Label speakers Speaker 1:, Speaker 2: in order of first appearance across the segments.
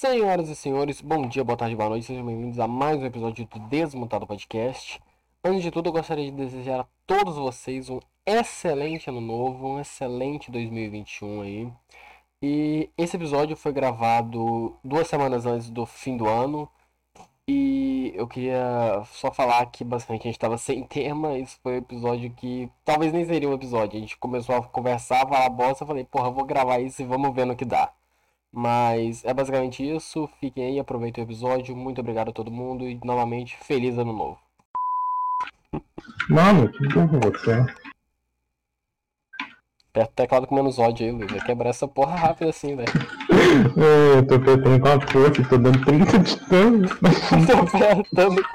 Speaker 1: Senhoras e senhores, bom dia, boa tarde, boa noite, sejam bem-vindos a mais um episódio do Desmontado Podcast. Antes de tudo, eu gostaria de desejar a todos vocês um excelente ano novo, um excelente 2021 aí. E esse episódio foi gravado 2 semanas antes do fim do ano. E eu queria só falar que basicamente a gente tava sem tema. Esse foi um episódio que talvez nem seria um episódio. A gente começou a conversar, falar bosta, eu falei, porra, eu vou gravar isso e vamos ver no que dá. Mas é basicamente isso. Fiquem aí, aproveitem o episódio. Muito obrigado a todo mundo e novamente, feliz ano novo.
Speaker 2: Mano, que burro você.
Speaker 1: Aperta o teclado com menos ódio aí, Luiz. Vai quebrar essa porra rápido assim, velho.
Speaker 2: Eu tô apertando com a força, tô dando 30 de dano.
Speaker 1: Tô apertando.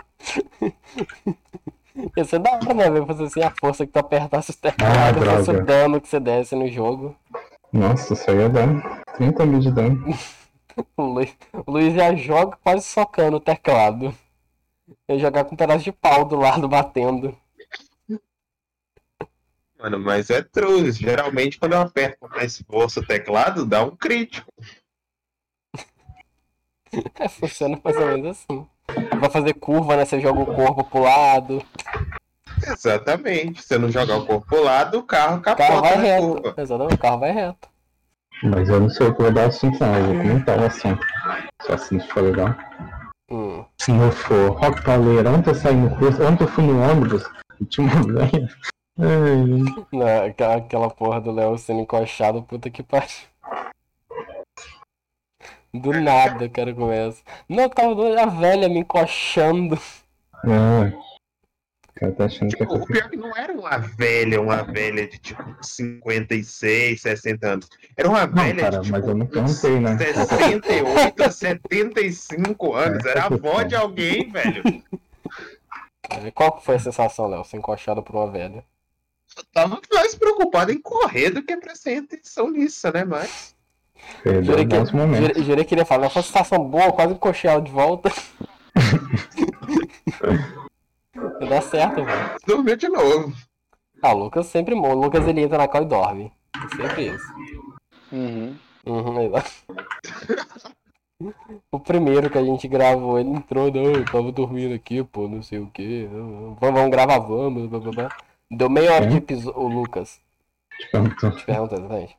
Speaker 1: Ia ser da hora, né, velho? Fazer assim a força que tu apertasse os teclados, fosse o dano que você desse no jogo.
Speaker 2: Nossa, isso aí ia dar 30 mil de dano.
Speaker 1: O Luiz já joga quase socando o teclado. Ia jogar com um pedaço de pau do lado batendo.
Speaker 3: Mano, mas é true. Geralmente quando eu aperto com mais força o teclado, dá um crítico.
Speaker 1: Funciona mais ou menos assim. Vai fazer curva, né? Você joga o corpo pro lado.
Speaker 3: Exatamente. Se eu não jogar o corpo pro lado, o carro
Speaker 1: O carro
Speaker 3: capota
Speaker 1: vai
Speaker 3: na
Speaker 1: reto.
Speaker 3: curva.
Speaker 1: Exatamente, o carro vai reto.
Speaker 2: Mas eu não sei o que vou dar assunto, não. Eu vou comentar o assunto. Se o assunto for legal. Se não for rock pauleira, ontem eu saí no curso, ontem eu fui no ônibus e tinha uma velha.
Speaker 1: Não, aquela porra do Léo sendo encoxado, puta que pariu. Do nada o cara começa. Não, tava a velha me encoxando.
Speaker 2: O cara tá achando que é
Speaker 3: O pior é que não era uma velha de tipo 56, 60 anos. Era uma velha
Speaker 2: cara,
Speaker 3: de tipo
Speaker 2: mas eu não perguntei, né?
Speaker 3: 68 a 75 anos. Era a avó de alguém, velho.
Speaker 1: Qual que foi a sensação, Léo? Ser encoxado por uma velha?
Speaker 3: Eu tava mais preocupado em correr do que prestar atenção nisso, né? Mas.
Speaker 2: Perdeu bons momentos.
Speaker 1: Jurei que ele ia falar, foi uma sensação boa, quase encoxei ela de volta. Não dá certo, velho.
Speaker 3: Dormiu de novo.
Speaker 1: Ah, o Lucas sempre morre. O Lucas ele entra na cal e dorme. É sempre isso. Aí lá. O primeiro que a gente gravou, ele entrou, não, eu tava dormindo aqui, pô, não sei o que. Vamos gravar, vamos, blá, blá, blá. Deu meia hora de episódio. O Lucas. Te pergunto exatamente.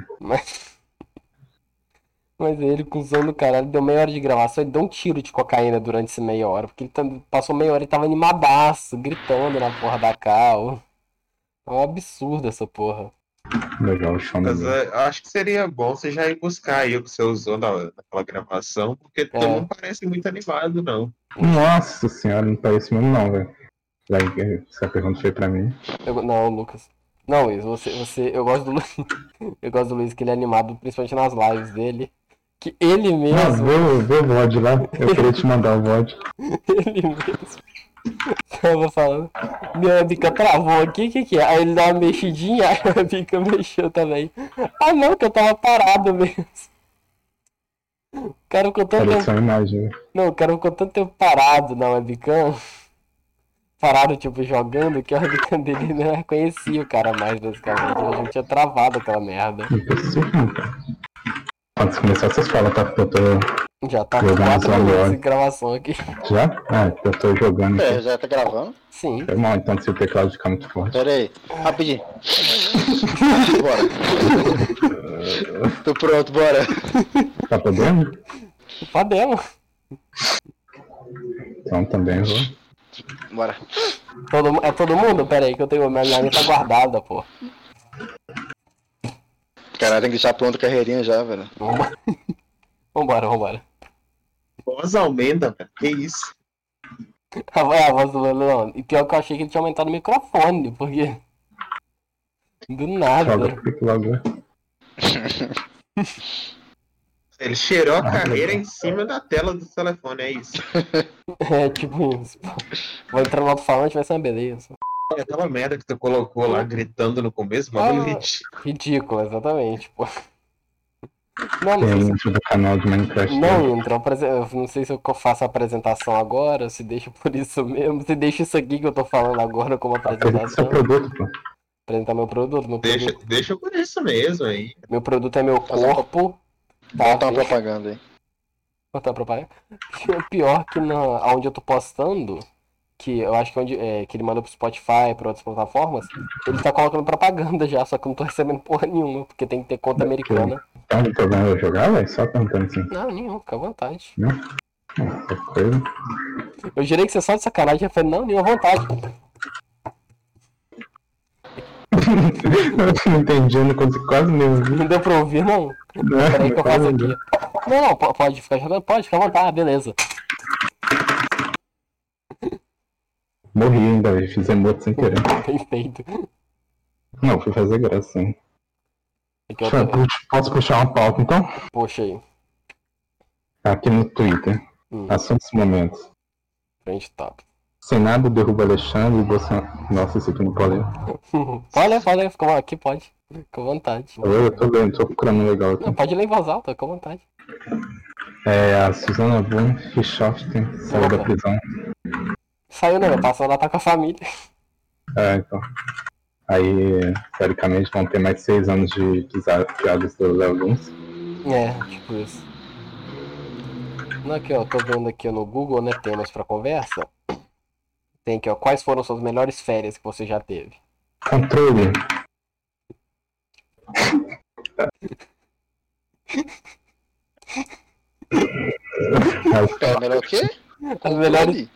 Speaker 1: Mas ele, cuzão do caralho, deu meia hora de gravação e deu um tiro de cocaína durante essa meia hora. Porque ele passou meia hora e tava animadaço, gritando na porra da cal. É um absurdo essa porra.
Speaker 2: Legal, show.
Speaker 3: Mas eu acho que seria bom você já ir buscar aí o que você usou naquela gravação, porque tu não parece muito animado, não.
Speaker 2: Nossa senhora, não parece mesmo não, velho. Essa pergunta foi pra mim.
Speaker 1: Não, Lucas. Não, Luiz, você. Eu gosto do Luiz. Eu gosto do Luiz que ele é animado, principalmente nas lives dele. Que ele mesmo.
Speaker 2: Vê o VOD lá. Eu queria te mandar o VOD.
Speaker 1: Ele mesmo. Tava falando. Minha webcam travou aqui, o que é? Aí ele dá uma mexidinha, aí a webcam mexeu também. Ah não, que eu tava parado mesmo. O cara ficou tanto tempo.
Speaker 2: Imagem.
Speaker 1: Não, o cara ficou tanto tempo parado na webcam. Parado, tipo, jogando, que a webcam dele não reconhecia o cara mais, basicamente. A gente tinha travado aquela merda.
Speaker 2: Quando você começar, vocês falam, tá? Porque eu tô.
Speaker 1: Já tá com 4 minutos de gravação aqui.
Speaker 2: Já? Eu tô jogando.
Speaker 4: Já tá gravando?
Speaker 1: Sim.
Speaker 2: Foi mal, então, se o teclado ficar muito forte.
Speaker 4: Pera aí, rapidinho. Bora. Tô pronto, bora.
Speaker 2: Tá podendo?
Speaker 1: Podemos.
Speaker 2: Então também vou.
Speaker 4: Bora.
Speaker 1: É todo mundo? Pera aí, que eu tenho. Minha linha tá guardada, pô.
Speaker 4: Caralho, tem que deixar pronto a carreirinha já, velho.
Speaker 1: Vambora.
Speaker 3: Voz aumenta, velho. Que isso?
Speaker 1: A voz do Lelo não. E pior que eu achei que ele tinha aumentado o microfone, porque. Do nada.
Speaker 3: Ele cheirou a carreira em cima da tela do telefone, é isso.
Speaker 1: É tipo isso. Vou entrar no alto-falante, vai ser uma beleza.
Speaker 3: Aquela merda que tu colocou lá gritando no começo, bagulho ridículo.
Speaker 1: Ridículo, exatamente, pô.
Speaker 2: Tem intro do canal de Minecraft.
Speaker 1: Não entra, eu não sei se eu faço a apresentação agora, se deixa por isso mesmo, se deixa isso aqui que eu tô falando agora como apresentação.
Speaker 2: Seu produto, pô.
Speaker 1: Apresentar meu produto.
Speaker 3: Deixa por isso mesmo aí.
Speaker 1: Meu produto é meu corpo.
Speaker 4: Bota uma propaganda aí.
Speaker 1: Botar propaganda. Pior que onde eu tô postando, que eu acho que que ele manda pro Spotify, pra outras plataformas, ele tá colocando propaganda já, só que eu não tô recebendo porra nenhuma, porque tem que ter conta americana.
Speaker 2: Tá um problema eu jogar, velho? Só perguntando assim.
Speaker 1: Não, nenhum, fica à vontade.
Speaker 2: Não? Coisa.
Speaker 1: Eu jurei que você só de sacanagem, eu falei, não, nenhuma vontade.
Speaker 2: Eu não entendi, eu não consigo quase nem ouvir.
Speaker 1: Não deu pra ouvir, não? Peraí que eu faço aqui. Não, pode ficar jogando? Pode, fica à vontade, beleza.
Speaker 2: Morri ainda, velho. Fiz emote sem querer.
Speaker 1: Bem feito.
Speaker 2: Não, fui fazer graça, hein. Posso puxar uma pauta, então?
Speaker 1: Puxa aí.
Speaker 2: Aqui no Twitter. Assuntos momentos.
Speaker 1: Frente top.
Speaker 2: Senado derruba Alexandre e Bolsonaro. Nossa, esse aqui não pode ler.
Speaker 1: Pode, fica aqui, pode. Fica à vontade.
Speaker 2: Eu tô lendo, tô procurando um legal aqui.
Speaker 1: Não, pode ler em voz alta, fica à vontade.
Speaker 2: A Susana von Richthofen saiu da prisão.
Speaker 1: Saiu não, passou lá, tá com a família.
Speaker 2: Então. Aí, teoricamente, vão ter mais 6 anos de piadas do Léo Lins.
Speaker 1: Tipo isso. Não, aqui, ó, tô vendo aqui no Google, né, temas pra conversa. Tem aqui, ó, quais foram suas melhores férias que você já teve?
Speaker 2: Controle.
Speaker 4: Melhor o quê?
Speaker 1: As melhores...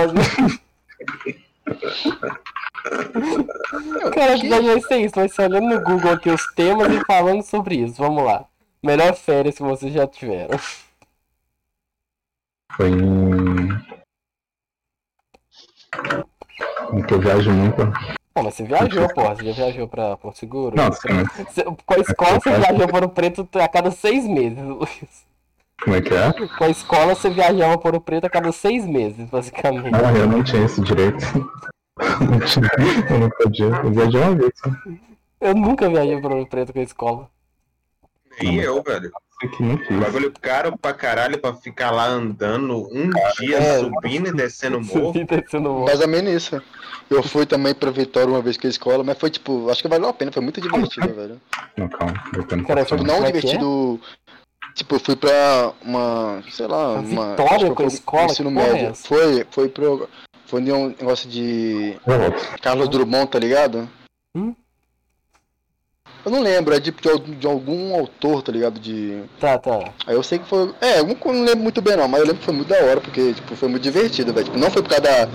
Speaker 1: Cara, que vai ser isso, vai ser olhando no Google aqui os temas e falando sobre isso. Vamos lá. Melhor férias que vocês já tiveram.
Speaker 2: Foi em que eu viajo muito.
Speaker 1: Pô, mas você viajou, porra. Você já viajou pra Porto Seguro?
Speaker 2: Não, sim.
Speaker 1: Com a escola você viajou para o Preto a cada 6 meses, Luiz.
Speaker 2: Como é que é?
Speaker 1: Com a escola você viajava para o Preto a cada 6 meses, basicamente.
Speaker 2: Ah, eu não tinha esse direito. Eu não podia. Eu viajei uma vez.
Speaker 1: Eu nunca viajei para o Preto com a escola.
Speaker 3: Nem eu, velho. Bagulho caro pra caralho pra ficar lá andando um dia subindo e descendo o morro.
Speaker 4: Mais ou menos isso. Eu fui também pra Vitória uma vez com a escola, mas foi tipo, acho que valeu a pena, foi muito divertido, velho.
Speaker 2: Não, calma.
Speaker 1: Cara,
Speaker 4: foi não divertido. Tipo, eu fui pra uma, sei lá, uma
Speaker 1: Vitória com a escola,
Speaker 4: ensino médio. Foi um negócio de Carlos Drummond, tá ligado? Eu não lembro, é de algum autor, tá ligado?
Speaker 1: Tá.
Speaker 4: Aí eu sei que foi. Eu não lembro muito bem não, mas eu lembro que foi muito da hora, porque tipo, foi muito divertido, velho. Tipo, não foi por causa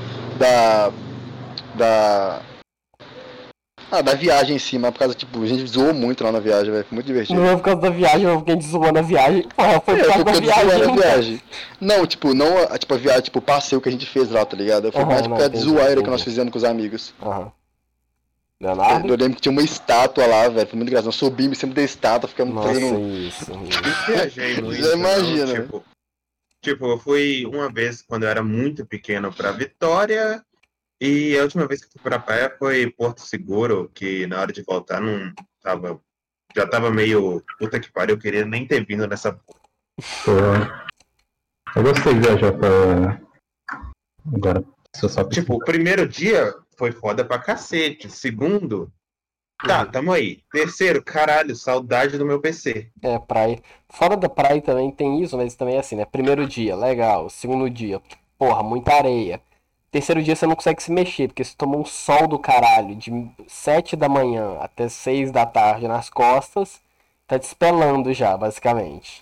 Speaker 4: da viagem em si, mas por causa, tipo, a gente zoou muito lá na viagem, velho. Foi muito divertido.
Speaker 1: Não é por causa da viagem, não, porque a gente zoou na viagem. Porra, foi por causa da viagem.
Speaker 4: Não, tipo, não a viagem, tipo, o passeio que a gente fez lá, tá ligado? Foi mais por causa de zoeira que nós fizemos com os amigos.
Speaker 1: Leonardo?
Speaker 4: Eu lembro que tinha uma estátua lá, velho. Foi muito engraçado. Nós subimos em cima da estátua, ficamos fazendo.
Speaker 1: Isso.
Speaker 3: Viajei muito.
Speaker 4: Já imagina.
Speaker 3: Tipo, eu fui uma vez quando eu era muito pequeno pra Vitória. E a última vez que fui pra praia foi Porto Seguro, que na hora de voltar não tava. Já tava meio. Puta que pariu, eu queria nem ter vindo nessa porra.
Speaker 2: Eu gostei de viajar pra. Agora,
Speaker 3: tipo, o primeiro dia foi foda pra cacete. Segundo, tamo aí. Terceiro, caralho, saudade do meu PC.
Speaker 1: Praia. Fora da praia também tem isso, mas também é assim, né? Primeiro dia, legal. Segundo dia, porra, muita areia. Terceiro dia você não consegue se mexer, porque você tomou um sol do caralho de 7 da manhã até 6 da tarde nas costas, tá te espelando já, basicamente.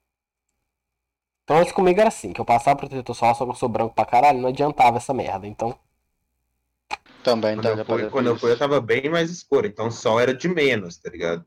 Speaker 1: Então antes comigo era assim, que eu passava protetor solar, só que eu sou branco pra caralho, não adiantava essa merda, então...
Speaker 4: Também,
Speaker 3: quando eu fui, eu tava bem mais escuro, então o sol era de menos, tá ligado?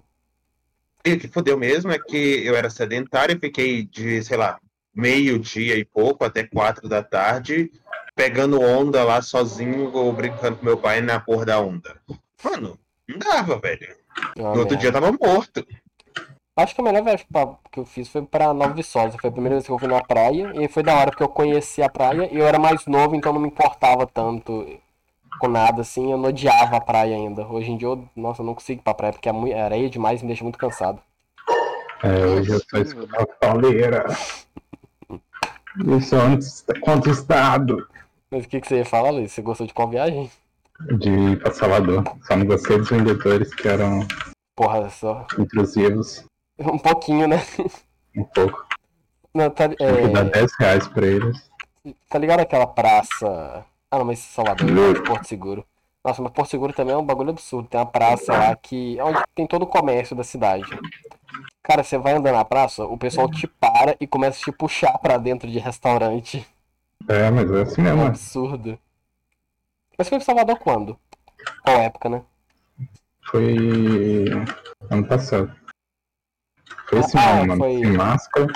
Speaker 3: E o que fodeu mesmo é que eu era sedentário e fiquei de, sei lá, meio-dia e pouco até 4 da tarde, pegando onda lá sozinho ou brincando com meu pai na porra da onda. Mano, não dava, velho. No outro dia eu tava morto.
Speaker 1: Acho que a melhor viagem que eu fiz foi pra Nova Viçosa. Foi a primeira vez que eu fui na praia. E foi da hora porque eu conheci a praia e eu era mais novo, então não me importava tanto com nada, assim. Eu não odiava a praia ainda. Hoje em dia, eu não consigo ir pra praia porque a areia demais me deixa muito cansado.
Speaker 2: Hoje eu sou escola-pauleira. Isso é contra o Estado.
Speaker 1: Mas o que você ia falar, Luiz? Você gostou de qual viagem?
Speaker 2: De ir pra Salvador. Só não gostei dos vendedores que eram...
Speaker 1: Porra, só...
Speaker 2: intrusivos.
Speaker 1: Um pouquinho, né?
Speaker 2: Um pouco.
Speaker 1: Não, tá,
Speaker 2: Tem que dar R$10 pra eles.
Speaker 1: Tá ligado aquela praça... Ah, não, mas Salvador não é de Porto Seguro. Nossa, mas Porto Seguro também é um bagulho absurdo. Tem uma praça lá que... onde tem todo o comércio da cidade. Cara, você vai andando na praça, o pessoal te para e começa a te puxar pra dentro de restaurante.
Speaker 2: É, mas é assim
Speaker 1: É um
Speaker 2: mesmo.
Speaker 1: absurdo. Mas foi em Salvador quando? Qual época, né?
Speaker 2: Foi ano passado. Foi esse ano, mano.
Speaker 1: foi...
Speaker 2: Sem máscara.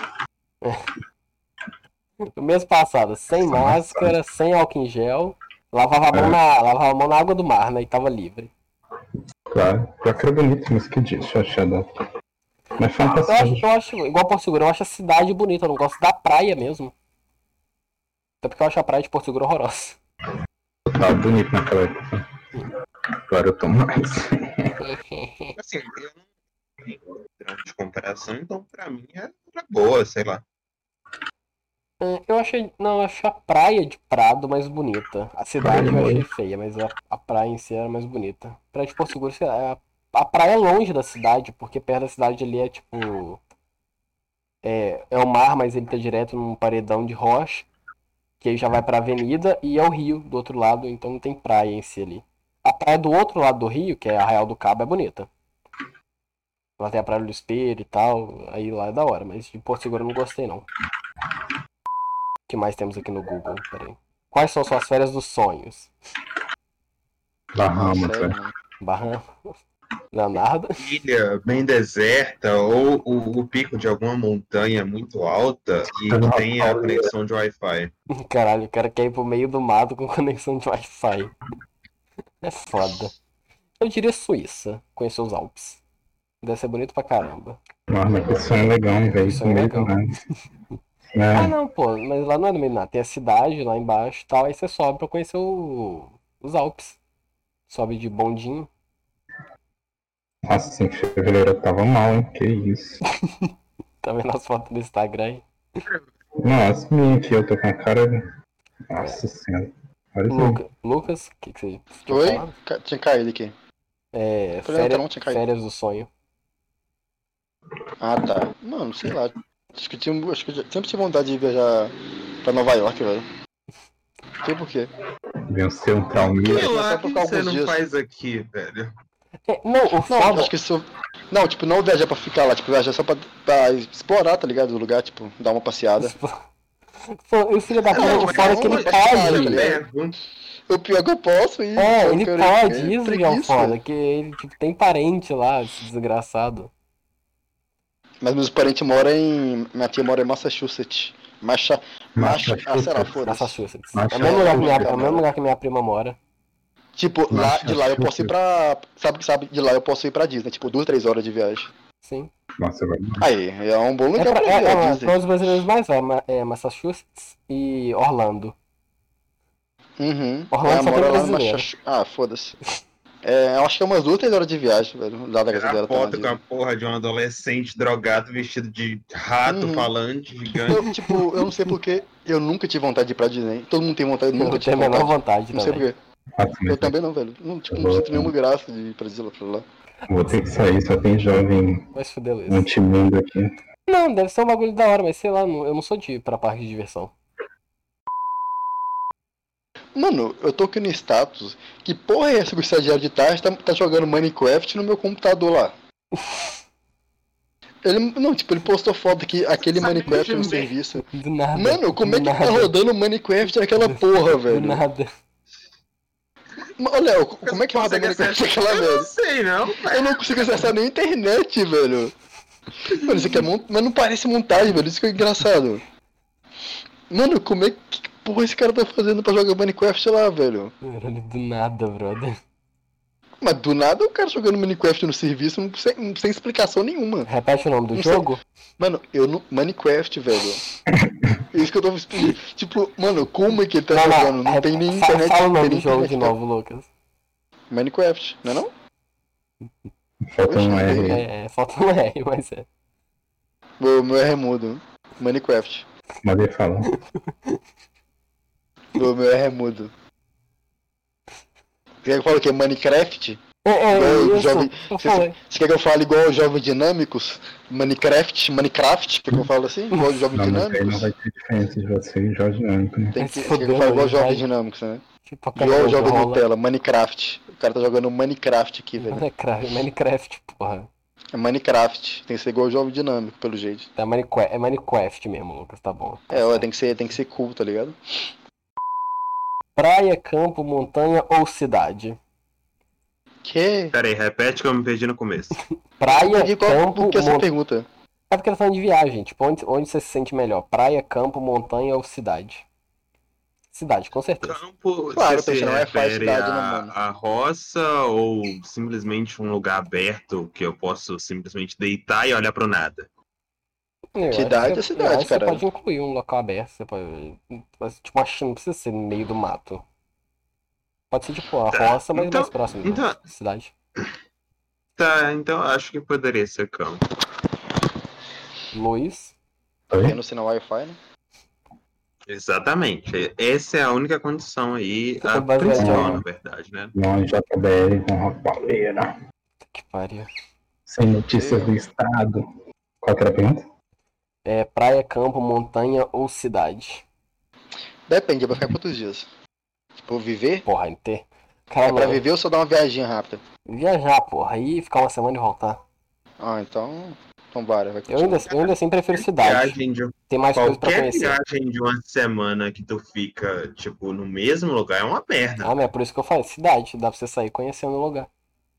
Speaker 1: No mês passado, sem máscara, sem álcool em gel. Lavava a mão na água do mar, né? E tava livre.
Speaker 2: Claro. Pior que era bonito, mas que dia chachada. Mas foi ano
Speaker 1: Eu
Speaker 2: passado.
Speaker 1: acho, igual Porto Seguro, eu acho a cidade bonita, eu não gosto da praia mesmo. Até porque eu acho a praia de Porto Seguro horrorosa.
Speaker 2: Tava bonito naquela época. Agora eu tô mais.
Speaker 3: Assim, eu não tenho grande de comparação, então pra mim era boa, sei lá.
Speaker 1: Eu achei. Não, eu achei a praia de Prado mais bonita. A cidade eu achei feia, mas a praia em si era mais bonita. A praia de Porto Seguro, sei lá, a praia é longe da cidade, porque perto da cidade ali é tipo. É o mar, mas ele tá direto num paredão de rocha, que aí já vai pra avenida, e é o rio do outro lado, então não tem praia em si ali. A praia do outro lado do rio, que é Arraial do Cabo, é bonita. Lá tem a Praia do Espelho e tal, aí lá é da hora, mas de Porto Seguro eu não gostei não. O que mais temos aqui no Google? Peraí. Quais são suas férias dos sonhos?
Speaker 2: Bahamas,
Speaker 4: Sério,
Speaker 2: velho.
Speaker 4: mano.
Speaker 1: Bahamas. Leonardo?
Speaker 3: Ilha bem deserta ou o pico de alguma montanha muito alta e que tenha conexão de Wi-Fi.
Speaker 1: Caralho, o cara quer ir pro meio do mato com conexão de Wi-Fi. É foda. Eu diria Suíça, conhecer os Alpes. Deve ser bonito pra caramba.
Speaker 2: Nossa, mas que sonho legal, velho.
Speaker 1: Que sonho legal. Ah,
Speaker 2: É,
Speaker 1: não, pô, mas lá não é no meio do nada. Tem a cidade lá embaixo e tal, aí você sobe pra conhecer os Alpes. Sobe de bondinho.
Speaker 2: nossa, em fevereiro eu tava mal, hein? Que isso.
Speaker 1: Tá vendo as fotos do Instagram aí?
Speaker 2: Nossa, minha aqui, eu tô com a cara. Nossa senhora. Olha isso aí.
Speaker 1: Lucas, o que você tinha
Speaker 4: Oi?
Speaker 1: falado?
Speaker 4: Tinha caído aqui. Falei, não, tinha caído.
Speaker 1: Férias do sonho.
Speaker 4: Ah, tá. Mano, sei lá. Acho que eu sempre tive vontade de viajar pra Nova York, velho. Não sei por quê.
Speaker 2: Venceu um trauminha.
Speaker 3: Que lá
Speaker 4: só
Speaker 3: que
Speaker 4: por ficar
Speaker 3: você
Speaker 4: alguns
Speaker 3: não
Speaker 4: dias.
Speaker 3: faz aqui, velho?
Speaker 1: Não, o
Speaker 4: Não,
Speaker 1: foda...
Speaker 4: acho que isso. Não, tipo, não viajar pra ficar lá, tipo, viajar só pra explorar, tá ligado? O lugar, tipo, dar uma passeada.
Speaker 1: O filho da puta,
Speaker 3: Não,
Speaker 1: o foda é que ele
Speaker 3: mas
Speaker 1: pode.
Speaker 4: O pior é que eu posso ir.
Speaker 1: Ele pode, isso que é o
Speaker 4: preguiça.
Speaker 1: foda, que ele tipo, tem parente lá, esse desgraçado.
Speaker 4: Mas meus parentes moram em. Minha tia mora em Massachusetts. Sei lá, foda-se.
Speaker 1: Massachusetts. É o mesmo lugar que minha prima mora.
Speaker 4: Tipo, lá, de lá eu posso ir pra. Sabe, de lá eu posso ir pra Disney, tipo, 2, 3 horas de viagem.
Speaker 1: Sim.
Speaker 2: Nossa, velho.
Speaker 4: Aí, é um bom lugar pra ir, a Disney.
Speaker 1: Para os brasileiros mais vai, é Massachusetts e Orlando.
Speaker 4: Uhum.
Speaker 1: Orlando
Speaker 4: Ela
Speaker 1: só tem
Speaker 4: mora lá no
Speaker 1: brasileiro.
Speaker 4: Massachusetts. Ah, foda-se. Eu acho que é umas 2, 3 horas de viagem, velho. Lá da casa dela
Speaker 3: A foto
Speaker 4: tá
Speaker 3: com a porra de um adolescente drogado vestido de rato falante gigante.
Speaker 4: Eu não sei porque eu nunca tive vontade de ir pra Disney. Todo mundo tem vontade, eu nunca tive
Speaker 1: tenho a menor
Speaker 4: vontade.
Speaker 1: vontade
Speaker 4: Não sei
Speaker 1: também.
Speaker 4: porquê. Eu também não, velho. Não, tipo, não sinto nenhuma graça de ir pra Disney pra lá.
Speaker 2: Vou ter que sair, só tem jovem
Speaker 1: Vai se fuder, Luiz.
Speaker 2: antimundo aqui.
Speaker 1: Não, deve ser um bagulho da hora, mas sei lá, eu não sou de ir pra parque de diversão.
Speaker 4: Mano, eu tô aqui no status. Que porra é essa que o estagiário de tarde tá jogando Minecraft no meu computador lá? Ele postou foto aqui, aquele Minecraft no serviço.
Speaker 1: Do nada.
Speaker 4: Mano, como é que tá rodando Minecraft naquela porra, velho?
Speaker 1: Do nada.
Speaker 4: Olha, como é que roda Minecraft naquela, velho?
Speaker 3: Eu não sei, não.
Speaker 4: Eu não consigo acessar nem a internet, velho. Mano, isso aqui é mas não parece montagem, velho. Isso que é engraçado. Mano, como é que porra esse cara tá fazendo pra jogar Minecraft lá, velho?
Speaker 1: Do nada, brother.
Speaker 4: Mas do nada o cara jogando Minecraft no serviço sem explicação nenhuma.
Speaker 1: Repete o nome do jogo?
Speaker 4: Mano, eu não. Minecraft, velho. Isso que eu tô explicando. Tipo, mano, como é que ele tá jogando? Não tem nem internet.
Speaker 1: Fala o nome do jogo de novo, Lucas.
Speaker 4: Minecraft, não é não?
Speaker 2: Falta um R.
Speaker 1: Falta um R, mas é.
Speaker 4: Meu R é mudo. Minecraft.
Speaker 2: Mandei falar.
Speaker 4: Meu R é mudo. Quer que eu fale o que? Minecraft? Você quer que eu fale igual os Jovens Dinâmicos? Minecraft? Quer que eu fale assim? Igual os Jovens Dinâmicos?
Speaker 2: Não vai ter diferença de você e Jovem Dinâmico, né?
Speaker 4: Você quer que eu fale igual os Jovens Dinâmicos, né?
Speaker 1: Tipo,
Speaker 4: igual o Jovem Nutella, Minecraft. O cara tá jogando Minecraft aqui, velho.
Speaker 1: Minecraft, porra.
Speaker 4: É Minecraft, tem que ser igual o Jovem Dinâmico, pelo jeito.
Speaker 1: É Minecraft mesmo, Lucas, tá bom.
Speaker 4: Tem que ser cool, tá ligado?
Speaker 1: Praia, campo, montanha ou cidade?
Speaker 4: Que?
Speaker 3: Peraí, repete que eu me perdi no começo.
Speaker 1: Praia, campo,
Speaker 4: Por que essa pergunta?
Speaker 1: É porque ele tá falando de viagem, tipo, onde você se sente melhor? Praia, campo, montanha ou cidade? Cidade, com certeza.
Speaker 3: Campo,
Speaker 4: claro,
Speaker 3: você se
Speaker 4: não é fácil
Speaker 3: refere
Speaker 4: cidade, né, mano?
Speaker 3: a roça ou simplesmente um lugar aberto que eu posso simplesmente deitar e olhar pro nada?
Speaker 4: Cidade é cidade, cara.
Speaker 1: Você pode incluir um local aberto, você pode... Tipo, acho que não precisa ser no meio do mato. Pode ser tipo a roça, mas mais próximo da cidade.
Speaker 3: Tá, então acho que poderia ser campo.
Speaker 1: Luiz?
Speaker 4: Tendo sinal Wi-Fi, né?
Speaker 3: Exatamente. Essa é a única condição aí,
Speaker 1: Você
Speaker 3: a
Speaker 1: tá
Speaker 3: principal, na verdade, né?
Speaker 2: Não, JBL com Rock Palmeira.
Speaker 1: Que pariu.
Speaker 2: Sem notícias do estado. Qual que era a pergunta?
Speaker 1: Praia, campo, montanha ou cidade?
Speaker 4: Depende, vai ficar quantos dias? Tipo, viver?
Speaker 1: Porra, inteiro. Cara,
Speaker 4: pra viver ou só dar uma viaginha rápida?
Speaker 1: Viajar, porra. Aí ficar uma semana e voltar.
Speaker 4: Então bora. Vai
Speaker 1: eu ainda assim prefiro cidade. Tem mais coisa pra conhecer.
Speaker 3: Qualquer viagem de uma semana que tu fica, tipo, no mesmo lugar é uma perna.
Speaker 1: Mas é por isso que eu falei, cidade. Dá pra você sair conhecendo o lugar.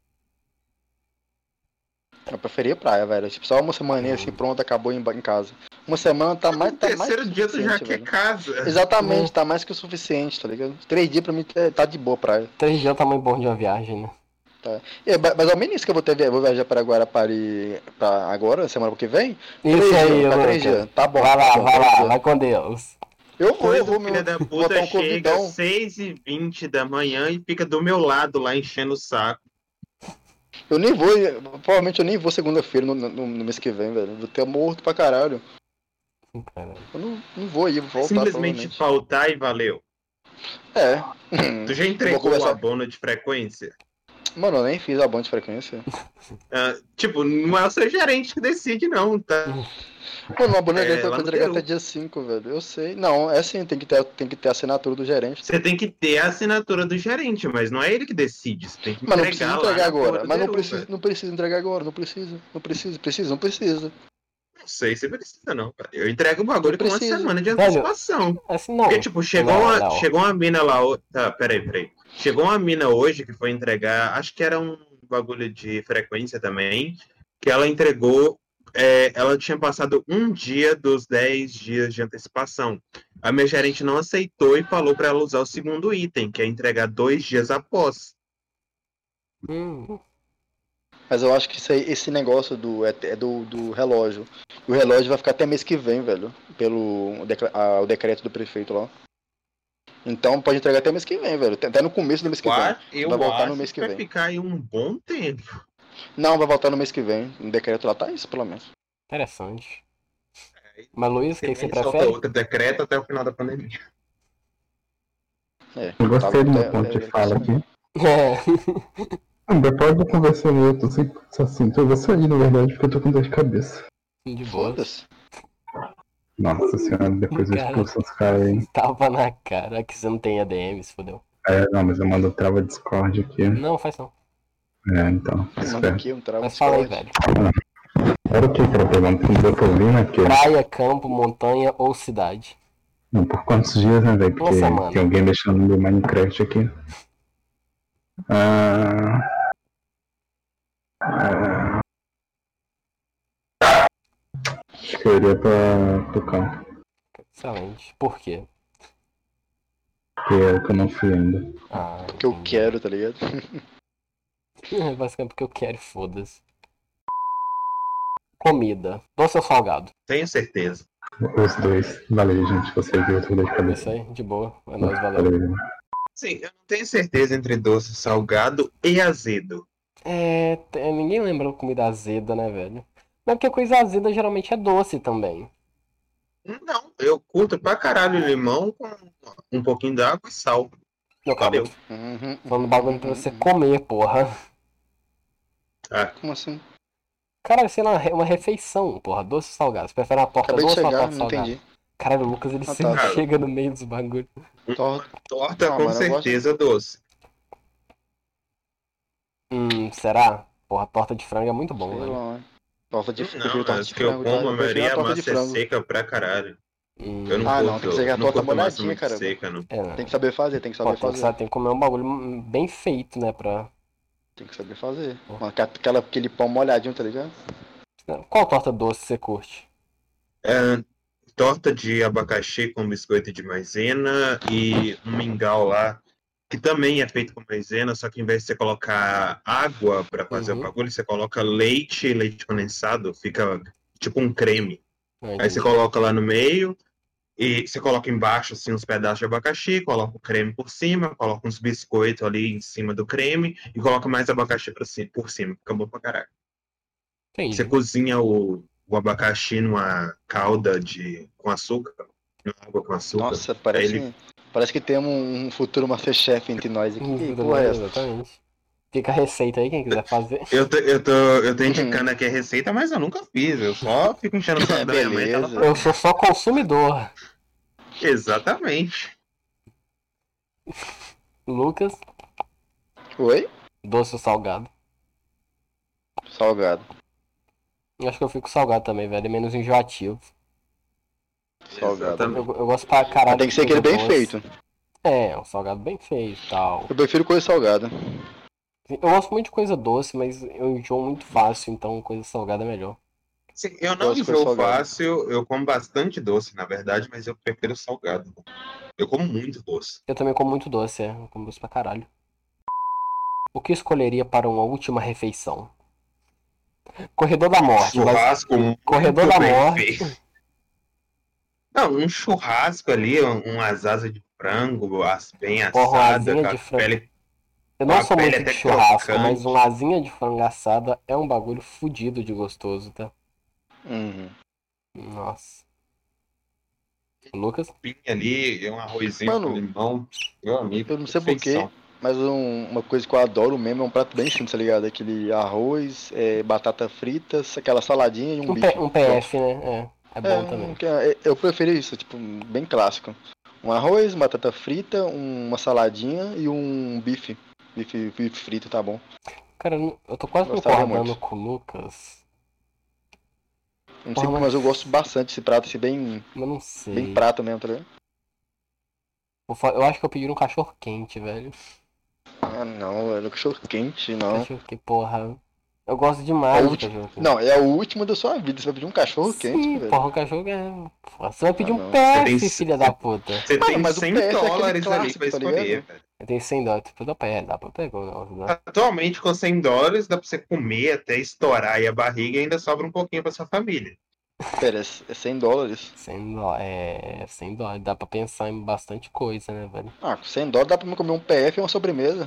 Speaker 4: Eu preferia praia, velho. Tipo, só uma semaninha assim, pronto, acabou em casa. Uma semana tá mais. Tá
Speaker 3: terceiro dia tu já quer casa.
Speaker 4: Exatamente, tá mais que o suficiente, tá ligado? 3 dias pra mim tá de boa praia.
Speaker 1: 3 dias é o tamanho bom de uma viagem, né?
Speaker 4: Tá. Mas ao menos que eu vou viajar para Guarapari agora, semana que vem.
Speaker 1: Isso aí,
Speaker 4: Lucas. 3 dias. Tá bom.
Speaker 1: Vai lá, vai com Deus.
Speaker 4: Eu vou,
Speaker 3: meu filho da puta chega às 6h20 da manhã e fica do meu lado lá enchendo o saco.
Speaker 4: Eu nem vou, provavelmente eu nem vou segunda-feira no mês que vem, velho. Vou ter morto pra caralho.
Speaker 1: Caralho.
Speaker 4: Eu não vou ir, vou voltar.
Speaker 3: Simplesmente faltar e valeu. Tu já entregou o abono de frequência?
Speaker 4: Mano, eu nem fiz abono de frequência.
Speaker 3: Tipo, não é o seu gerente que decide, não, tá?
Speaker 4: Mano, o abono dele foi entregar até dia 5, velho. Eu sei. Não, é assim, tem que ter a assinatura do gerente.
Speaker 3: Você tem que ter a assinatura do gerente, mas não é ele que decide. Você tem que
Speaker 4: entregar. Mas não precisa entregar agora. Mas
Speaker 3: não
Speaker 4: precisa entregar agora, não precisa. Não precisa.
Speaker 3: Não sei se precisa, não, cara. Eu entrego o bagulho com uma semana de antecipação.
Speaker 1: Assim, não.
Speaker 3: Porque, tipo, chegou uma mina lá. Tá, peraí. Chegou uma mina hoje que foi entregar. Acho que era um bagulho de frequência também. Que ela entregou. Ela tinha passado um dia dos 10 dias de antecipação. A minha gerente não aceitou e falou para ela usar o segundo item, que é entregar 2 dias após.
Speaker 4: Mas eu acho que esse negócio do relógio. O relógio vai ficar até mês que vem, velho. Pelo o decreto do prefeito lá. Então pode entregar até mês que vem, velho. Até no começo do mês que vem. Vai voltar no mês que vem.
Speaker 3: Vai ficar aí um bom tempo.
Speaker 4: Não, vai voltar no mês que vem. No decreto lá tá isso, pelo menos.
Speaker 1: Interessante. Mas Luiz, o que você prefere?
Speaker 3: Outro decreto até o final da pandemia.
Speaker 2: Eu gostei do meu ponto de fala aqui. Depois do conversamento, assim, eu vou sair, na verdade, porque eu tô com dor de cabeça.
Speaker 1: De boa.
Speaker 2: Nossa senhora, depois eu expulso os caras aí.
Speaker 1: Tava na cara que você não tem ADM, se fodeu.
Speaker 2: Não, mas eu mando trava Discord aqui.
Speaker 1: Não, faz não.
Speaker 2: Então.
Speaker 1: Mas fala aí, velho.
Speaker 2: Era o que era a pergunta? Não deu pra ouvir, né?
Speaker 1: Praia, campo, montanha ou cidade?
Speaker 2: Não, por quantos dias, né, velho? Porque tem alguém deixando no Minecraft aqui. Acho que eu iria pro campo.
Speaker 1: Excelente. Por quê?
Speaker 2: Porque é o que eu não fui ainda.
Speaker 4: Porque eu quero, tá ligado?
Speaker 1: Basicamente porque eu quero, foda-se. Comida. Doce ou salgado?
Speaker 3: Tenho certeza.
Speaker 2: Os dois. Valeu, gente. Você viu tudo de cabeça.
Speaker 1: Isso aí, de boa. É nóis, valeu.
Speaker 3: Sim, eu não tenho certeza entre doce, salgado e azedo.
Speaker 1: Ninguém lembra comida azeda, né, velho? Mas porque coisa azeda geralmente é doce também.
Speaker 3: Não, eu curto pra caralho limão com um pouquinho de água e sal.
Speaker 1: Não, cara, falando bagulho pra você comer, porra.
Speaker 4: Como assim?
Speaker 1: Cara, sei lá, uma refeição, porra, doce ou salgado. Você prefere uma torta
Speaker 4: Acabei de
Speaker 1: doce ou uma
Speaker 4: chegar,
Speaker 1: torta
Speaker 4: não
Speaker 1: salgada?
Speaker 4: entendi.
Speaker 1: Caralho, o Lucas, ele
Speaker 4: Ah,
Speaker 1: sempre
Speaker 4: tá.
Speaker 1: chega no meio dos bagulhos.
Speaker 3: Uma torta
Speaker 4: Ah,
Speaker 3: com
Speaker 4: mano, eu gosto.
Speaker 3: certeza doce.
Speaker 1: Será? Porra, torta de frango é muito bom,
Speaker 4: Sei
Speaker 1: velho.
Speaker 4: lá, né? Torta de frango. Eu
Speaker 3: Não,
Speaker 4: prefiro torta
Speaker 3: as
Speaker 4: de
Speaker 3: que eu
Speaker 4: frango, tá?
Speaker 3: como, a
Speaker 4: Eu prefiro
Speaker 3: maioria
Speaker 4: uma
Speaker 3: a
Speaker 4: torta de
Speaker 3: massa é
Speaker 4: frango.
Speaker 3: seca pra caralho. Eu não
Speaker 4: Ah,
Speaker 3: curto,
Speaker 4: não, tem que ser a
Speaker 3: não
Speaker 4: torta
Speaker 3: curto massa
Speaker 4: molhadinha,
Speaker 3: muito
Speaker 4: cara.
Speaker 3: seca, não.
Speaker 1: É,
Speaker 4: Tem que saber fazer, tem que
Speaker 1: pô,
Speaker 4: saber fazer.
Speaker 1: tem que comer um bagulho bem feito, né, pra...
Speaker 4: Tem que saber fazer.
Speaker 1: Pô.
Speaker 4: Aquele pão molhadinho, tá ligado?
Speaker 1: Qual torta doce você curte?
Speaker 3: É, torta de abacaxi com biscoito de maisena e um mingau lá, que também é feito com maisena, só que em vez de você colocar água para fazer o
Speaker 1: Uhum.
Speaker 3: bagulho, você coloca leite condensado, fica tipo um creme.
Speaker 1: Ah,
Speaker 3: Aí você
Speaker 1: entendi.
Speaker 3: coloca lá no meio e você coloca embaixo assim uns pedaços de abacaxi, coloca o creme por cima, coloca uns biscoitos ali em cima do creme e coloca mais abacaxi por cima. Fica bom pra caralho. Você
Speaker 1: Entendi.
Speaker 3: cozinha o abacaxi numa calda com açúcar, numa água com açúcar.
Speaker 4: Nossa,
Speaker 3: Aí ele.
Speaker 4: parece que temos um futuro Masterchef entre nós aqui. Que porra é essa?
Speaker 1: Exatamente. Fica a receita aí, quem quiser fazer.
Speaker 3: Eu tô indicando aqui a receita, mas eu nunca fiz. Eu só fico enchendo o saco da minha mãe pra ela
Speaker 4: Beleza.
Speaker 1: Eu
Speaker 3: fazer.
Speaker 1: sou só consumidor.
Speaker 3: Exatamente.
Speaker 1: Lucas,
Speaker 4: Oi?
Speaker 1: doce ou salgado?
Speaker 4: Salgado.
Speaker 1: Acho que eu fico salgado também, velho. É menos enjoativo.
Speaker 4: Salgado.
Speaker 3: Exatamente.
Speaker 1: Eu gosto pra
Speaker 4: Mas
Speaker 1: caralho
Speaker 4: tem
Speaker 1: de
Speaker 4: que ser
Speaker 1: coisa
Speaker 4: aquele bem
Speaker 1: doce.
Speaker 4: feito.
Speaker 1: É, um salgado bem feito e tal.
Speaker 4: Eu prefiro coisa salgada.
Speaker 1: Eu gosto muito de coisa doce, mas eu enjoo muito fácil, então coisa salgada é melhor.
Speaker 3: Sim, eu não
Speaker 4: Gosto de coisa
Speaker 3: enjoo
Speaker 4: salgada.
Speaker 3: fácil, eu como bastante doce, na verdade, mas eu prefiro salgado. Eu como muito doce.
Speaker 1: Eu também como muito doce, eu como doce pra caralho. O que escolheria para uma última refeição? Corredor da morte, mas...
Speaker 3: Churrasco
Speaker 1: Corredor
Speaker 3: muito
Speaker 1: da
Speaker 3: bem
Speaker 1: morte.
Speaker 3: feito. Não, um churrasco ali, umas asas de frango bem
Speaker 1: Porra, uma
Speaker 3: assada,
Speaker 1: asinha de frango. Eu
Speaker 3: com
Speaker 1: não
Speaker 3: a
Speaker 1: sou
Speaker 3: pele
Speaker 1: muito de
Speaker 3: até
Speaker 1: churrasco, mas
Speaker 3: crocante.
Speaker 1: uma asinha de frango assada é um bagulho fudido de gostoso, tá?
Speaker 4: Uhum.
Speaker 1: Nossa. Lucas?
Speaker 3: Pinha ali, um arrozinho com
Speaker 4: Mano,
Speaker 3: limão. Meu amigo,
Speaker 4: eu não sei porquê,
Speaker 3: perfeição.
Speaker 4: mas uma coisa que eu adoro mesmo é um prato bem simples, tá ligado? Aquele arroz, batata frita, aquela saladinha e um bife.
Speaker 1: Um
Speaker 4: Pronto.
Speaker 1: PF, né? É bom também.
Speaker 4: Eu preferi isso, tipo, bem clássico. Um arroz, batata frita, uma saladinha e um bife. Bife frito, tá bom.
Speaker 1: Cara, eu tô quase
Speaker 4: Gostaria
Speaker 1: concordando
Speaker 4: muito.
Speaker 1: com o Lucas.
Speaker 4: Não
Speaker 1: Porra,
Speaker 4: sei, mas eu gosto bastante desse prato, assim, bem
Speaker 1: eu não
Speaker 4: bem
Speaker 1: sei.
Speaker 4: prato mesmo, tá ligado?
Speaker 1: Eu acho que eu pedi um cachorro quente, velho.
Speaker 4: Ah, não, velho, cachorro quente, não.
Speaker 1: Cachorro quente, porra. Eu gosto
Speaker 4: É o
Speaker 1: demais de
Speaker 4: último.
Speaker 1: cachorro quente.
Speaker 4: Não, é o último da sua vida. Você vai pedir um cachorro quente,
Speaker 1: Sim,
Speaker 4: velho.
Speaker 1: porra, o cachorro é. Porra, você vai pedir
Speaker 4: Ah,
Speaker 1: um
Speaker 4: não.
Speaker 1: PF, filha da puta.
Speaker 3: Você
Speaker 4: Mano,
Speaker 3: tem
Speaker 4: mas o
Speaker 3: 100
Speaker 4: PF é aquele
Speaker 3: dólares ali
Speaker 4: clássico,
Speaker 3: pra
Speaker 4: tá
Speaker 3: escolher,
Speaker 4: ligado?
Speaker 3: velho.
Speaker 1: Eu tenho 100 dólares, tipo, dá pra pegar o negócio, né?
Speaker 3: Atualmente, com 100 dólares, dá pra você comer até estourar aí a barriga e ainda sobra um pouquinho pra sua família.
Speaker 4: Pera, é 100 dólares?
Speaker 1: 100 dólares, 100 dólares. Dá pra pensar em bastante coisa, né, velho?
Speaker 4: Ah, com 100 dólares dá pra me comer um PF e uma sobremesa.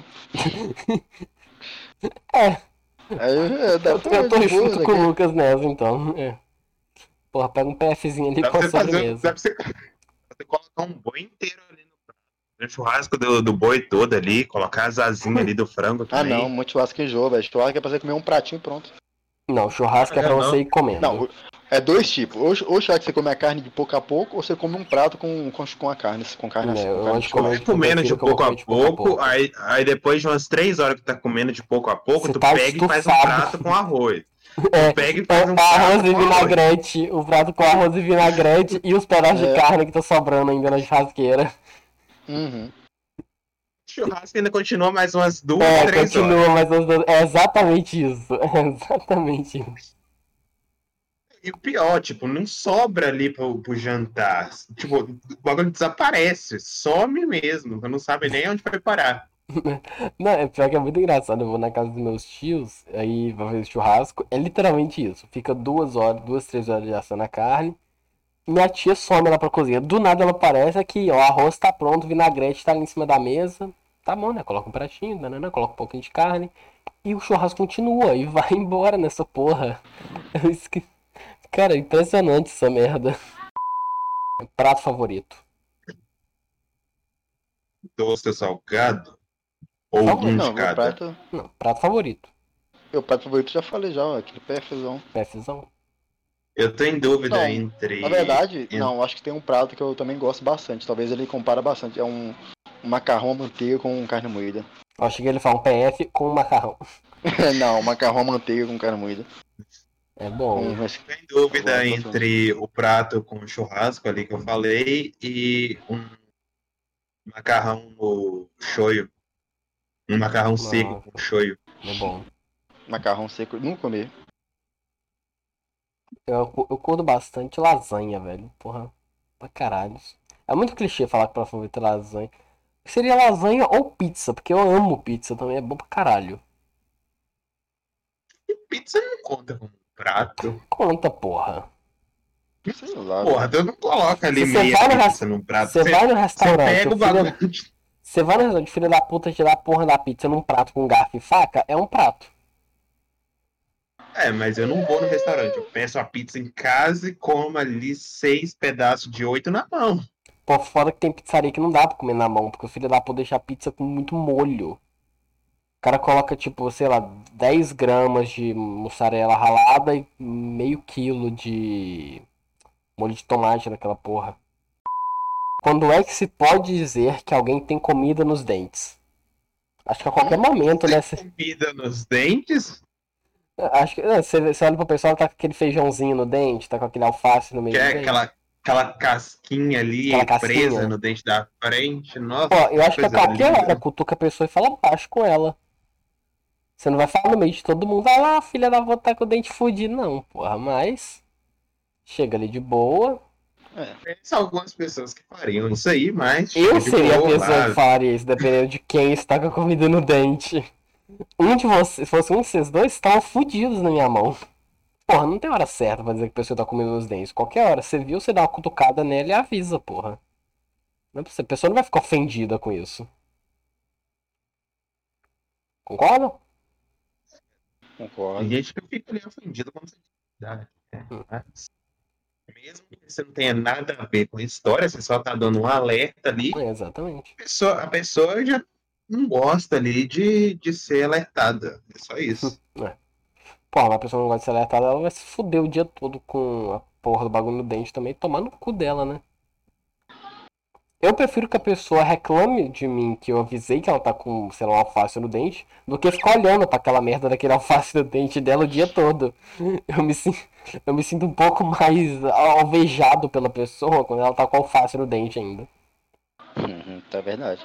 Speaker 1: É,
Speaker 4: Aí dá
Speaker 1: eu
Speaker 4: pra
Speaker 1: tô
Speaker 4: de boa,
Speaker 1: junto com o
Speaker 4: daqui.
Speaker 1: Lucas nessa, então. É. Porra, pega um PFzinho ali
Speaker 3: Dá
Speaker 1: com
Speaker 3: pra
Speaker 1: a
Speaker 3: você fazer,
Speaker 1: sobremesa.
Speaker 3: você colocar um boi inteiro ali no churrasco do boi todo ali, colocar as asinhas ali do frango
Speaker 4: Ah, não,
Speaker 3: também.
Speaker 4: muito churrasco enjoa, velho. Churrasco é pra você comer um pratinho e pronto.
Speaker 1: Não, churrasco é pra
Speaker 3: Eu
Speaker 1: você
Speaker 3: não.
Speaker 1: ir comendo.
Speaker 4: Não, é dois tipos. Ou churrasco você come a carne de pouco a pouco, ou você come um prato com a carne, com carne assim, com
Speaker 1: Eu
Speaker 4: carne
Speaker 1: gosto
Speaker 4: de
Speaker 1: de comer,
Speaker 3: Vai
Speaker 4: churrasco.
Speaker 1: eu
Speaker 3: comendo
Speaker 1: prefiro
Speaker 3: de
Speaker 1: que eu vou
Speaker 3: pouco a
Speaker 1: comer de pouco a
Speaker 3: pouco,
Speaker 1: pouco.
Speaker 3: aí depois de umas 3 horas que tá comendo de pouco a pouco,
Speaker 1: Você
Speaker 3: tu
Speaker 1: tá
Speaker 3: pega e faz um
Speaker 1: estufado.
Speaker 3: prato com arroz.
Speaker 1: É,
Speaker 3: Tu pega e faz um
Speaker 1: arroz
Speaker 3: prato
Speaker 1: e
Speaker 3: com arroz.
Speaker 1: vinagrete, o prato com arroz e vinagrete e os pedaços de
Speaker 4: É.
Speaker 1: carne que tá sobrando ainda na churrasqueira.
Speaker 4: Uhum.
Speaker 3: Churrasco ainda continua mais umas 2, 3 horas.
Speaker 1: Continua, mas é exatamente isso. É exatamente isso.
Speaker 3: E o pior, tipo, não sobra ali pro jantar. Tipo, o bagulho desaparece, some mesmo. Tu não sabe nem onde vai parar.
Speaker 1: Não, é pior que é muito engraçado. Eu vou na casa dos meus tios, aí vai fazer churrasco. É literalmente isso. Fica 2 horas, 2, 3 horas de assando a carne. Minha tia some lá pra cozinha. Do nada ela aparece aqui, ó. O arroz tá pronto, o vinagrete tá ali em cima da mesa. Tá bom, né? Coloca um pratinho, nanana, coloca um pouquinho de carne. E o churrasco continua e vai embora nessa porra. Eu esque... Cara, é impressionante essa merda. Prato favorito.
Speaker 3: Doce salgado ou um de
Speaker 4: Não, meu
Speaker 3: cada.
Speaker 4: prato.
Speaker 1: Não, prato favorito.
Speaker 4: Meu prato favorito já falei já, ó, aquele PFzão.
Speaker 1: PFzão?
Speaker 3: Eu tô em dúvida
Speaker 4: Não,
Speaker 3: entre.
Speaker 4: na verdade, não, acho que tem um prato que eu também gosto bastante. Talvez ele compara bastante. É um macarrão à manteiga com carne moída.
Speaker 1: Eu achei que ele fala um PF com macarrão.
Speaker 4: Não, macarrão à manteiga com carne moída.
Speaker 1: É bom.
Speaker 3: Tô em dúvida entre o prato com churrasco ali que eu falei e um macarrão no shoyu. Um macarrão seco com shoyu.
Speaker 1: É bom.
Speaker 4: Macarrão seco, nunca comi.
Speaker 1: Eu curto bastante lasanha, velho. Porra, pra caralho. É muito clichê falar que pra favorito é lasanha. Seria lasanha ou pizza, porque eu amo pizza também, é bom pra caralho.
Speaker 3: E pizza não conta como prato.
Speaker 1: Conta, porra.
Speaker 4: Sei lá,
Speaker 3: Porra, tu não coloca ali
Speaker 1: Se você
Speaker 3: meia
Speaker 1: vai no
Speaker 3: pizza num prato.
Speaker 1: Você vai no restaurante,
Speaker 3: pega o bagulho.
Speaker 1: Você vai no restaurante, filho da puta, tirar a porra da pizza num prato com garfo e faca, é um prato.
Speaker 3: É, mas eu não vou no restaurante. Eu peço a pizza em casa e como ali 6 pedaços de 8 na mão.
Speaker 1: Pô, fora que tem pizzaria que não dá pra comer na mão, porque o filho da puta deixa a pizza com muito molho. O cara coloca, tipo, sei lá, 10 gramas de mussarela ralada e meio quilo de molho de tomate naquela porra. Quando é que se pode dizer que alguém tem comida nos dentes? Acho que a qualquer momento, né?
Speaker 3: Comida nos dentes?
Speaker 1: Acho que você olha pro pessoal, tá com aquele feijãozinho no dente, tá com aquele alface no meio
Speaker 3: Que
Speaker 1: do
Speaker 3: é
Speaker 1: dente.
Speaker 3: aquela casquinha ali
Speaker 1: Aquela
Speaker 3: presa
Speaker 1: casquinha.
Speaker 3: no dente da frente. Nossa,
Speaker 1: Pô, eu acho que a
Speaker 3: coisa
Speaker 1: qualquer
Speaker 3: linda.
Speaker 1: hora cutuca a pessoa e fala baixo com ela. Você não vai falar no meio de todo mundo, ah lá, filha da avó tá com o dente fudido, não, porra. Mas chega ali de boa.
Speaker 3: São algumas pessoas que fariam isso aí, mas.
Speaker 1: Eu
Speaker 3: de
Speaker 1: seria a
Speaker 3: boa,
Speaker 1: pessoa
Speaker 3: lá.
Speaker 1: que faria isso, dependendo de quem está com a comida no dente. Um de vocês, se fosse um de vocês dois, estavam fudidos na minha mão. Porra, não tem hora certa pra dizer que a pessoa tá comendo nos dentes. Qualquer hora, você viu, você dá uma cutucada nela e avisa, porra. Não é pra você, a pessoa não vai ficar ofendida com isso. Concorda?
Speaker 4: Concordo.
Speaker 3: Tem gente que fica ali ofendido quando você dá. Mas, mesmo que você não tenha nada a ver com a história, você só tá dando um alerta ali.
Speaker 1: Exatamente.
Speaker 3: A pessoa já não gosta ali de ser alertada. É só isso.
Speaker 1: Pô, mas a pessoa não gosta de ser alertada, ela vai se fuder o dia todo com a porra do bagulho no dente também e tomar no cu dela, né? Eu prefiro que a pessoa reclame de mim que eu avisei que ela tá com, sei lá, um alface no dente, do que ficar olhando pra aquela merda daquele alface no dente dela o dia todo. Eu me sinto um pouco mais alvejado pela pessoa quando ela tá com alface no dente ainda.
Speaker 4: Tá verdade.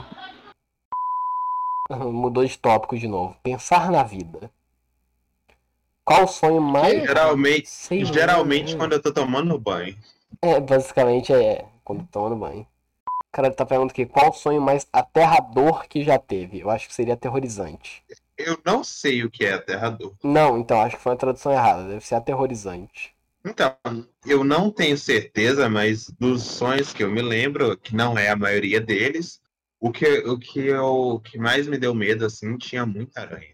Speaker 1: Mudou de tópico de novo. Pensar na vida. Qual o sonho mais...
Speaker 3: Geralmente quando eu tô tomando banho.
Speaker 1: Basicamente quando tô tomando banho. O cara tá perguntando aqui, qual o sonho mais aterrador que já teve? Eu acho que seria aterrorizante.
Speaker 3: Eu não sei o que é aterrador.
Speaker 1: Não, então, acho que foi uma tradução errada. Deve ser aterrorizante.
Speaker 3: Então, eu não tenho certeza, mas dos sonhos que eu me lembro, que não é a maioria deles, o que mais me deu medo, assim, tinha muita aranha.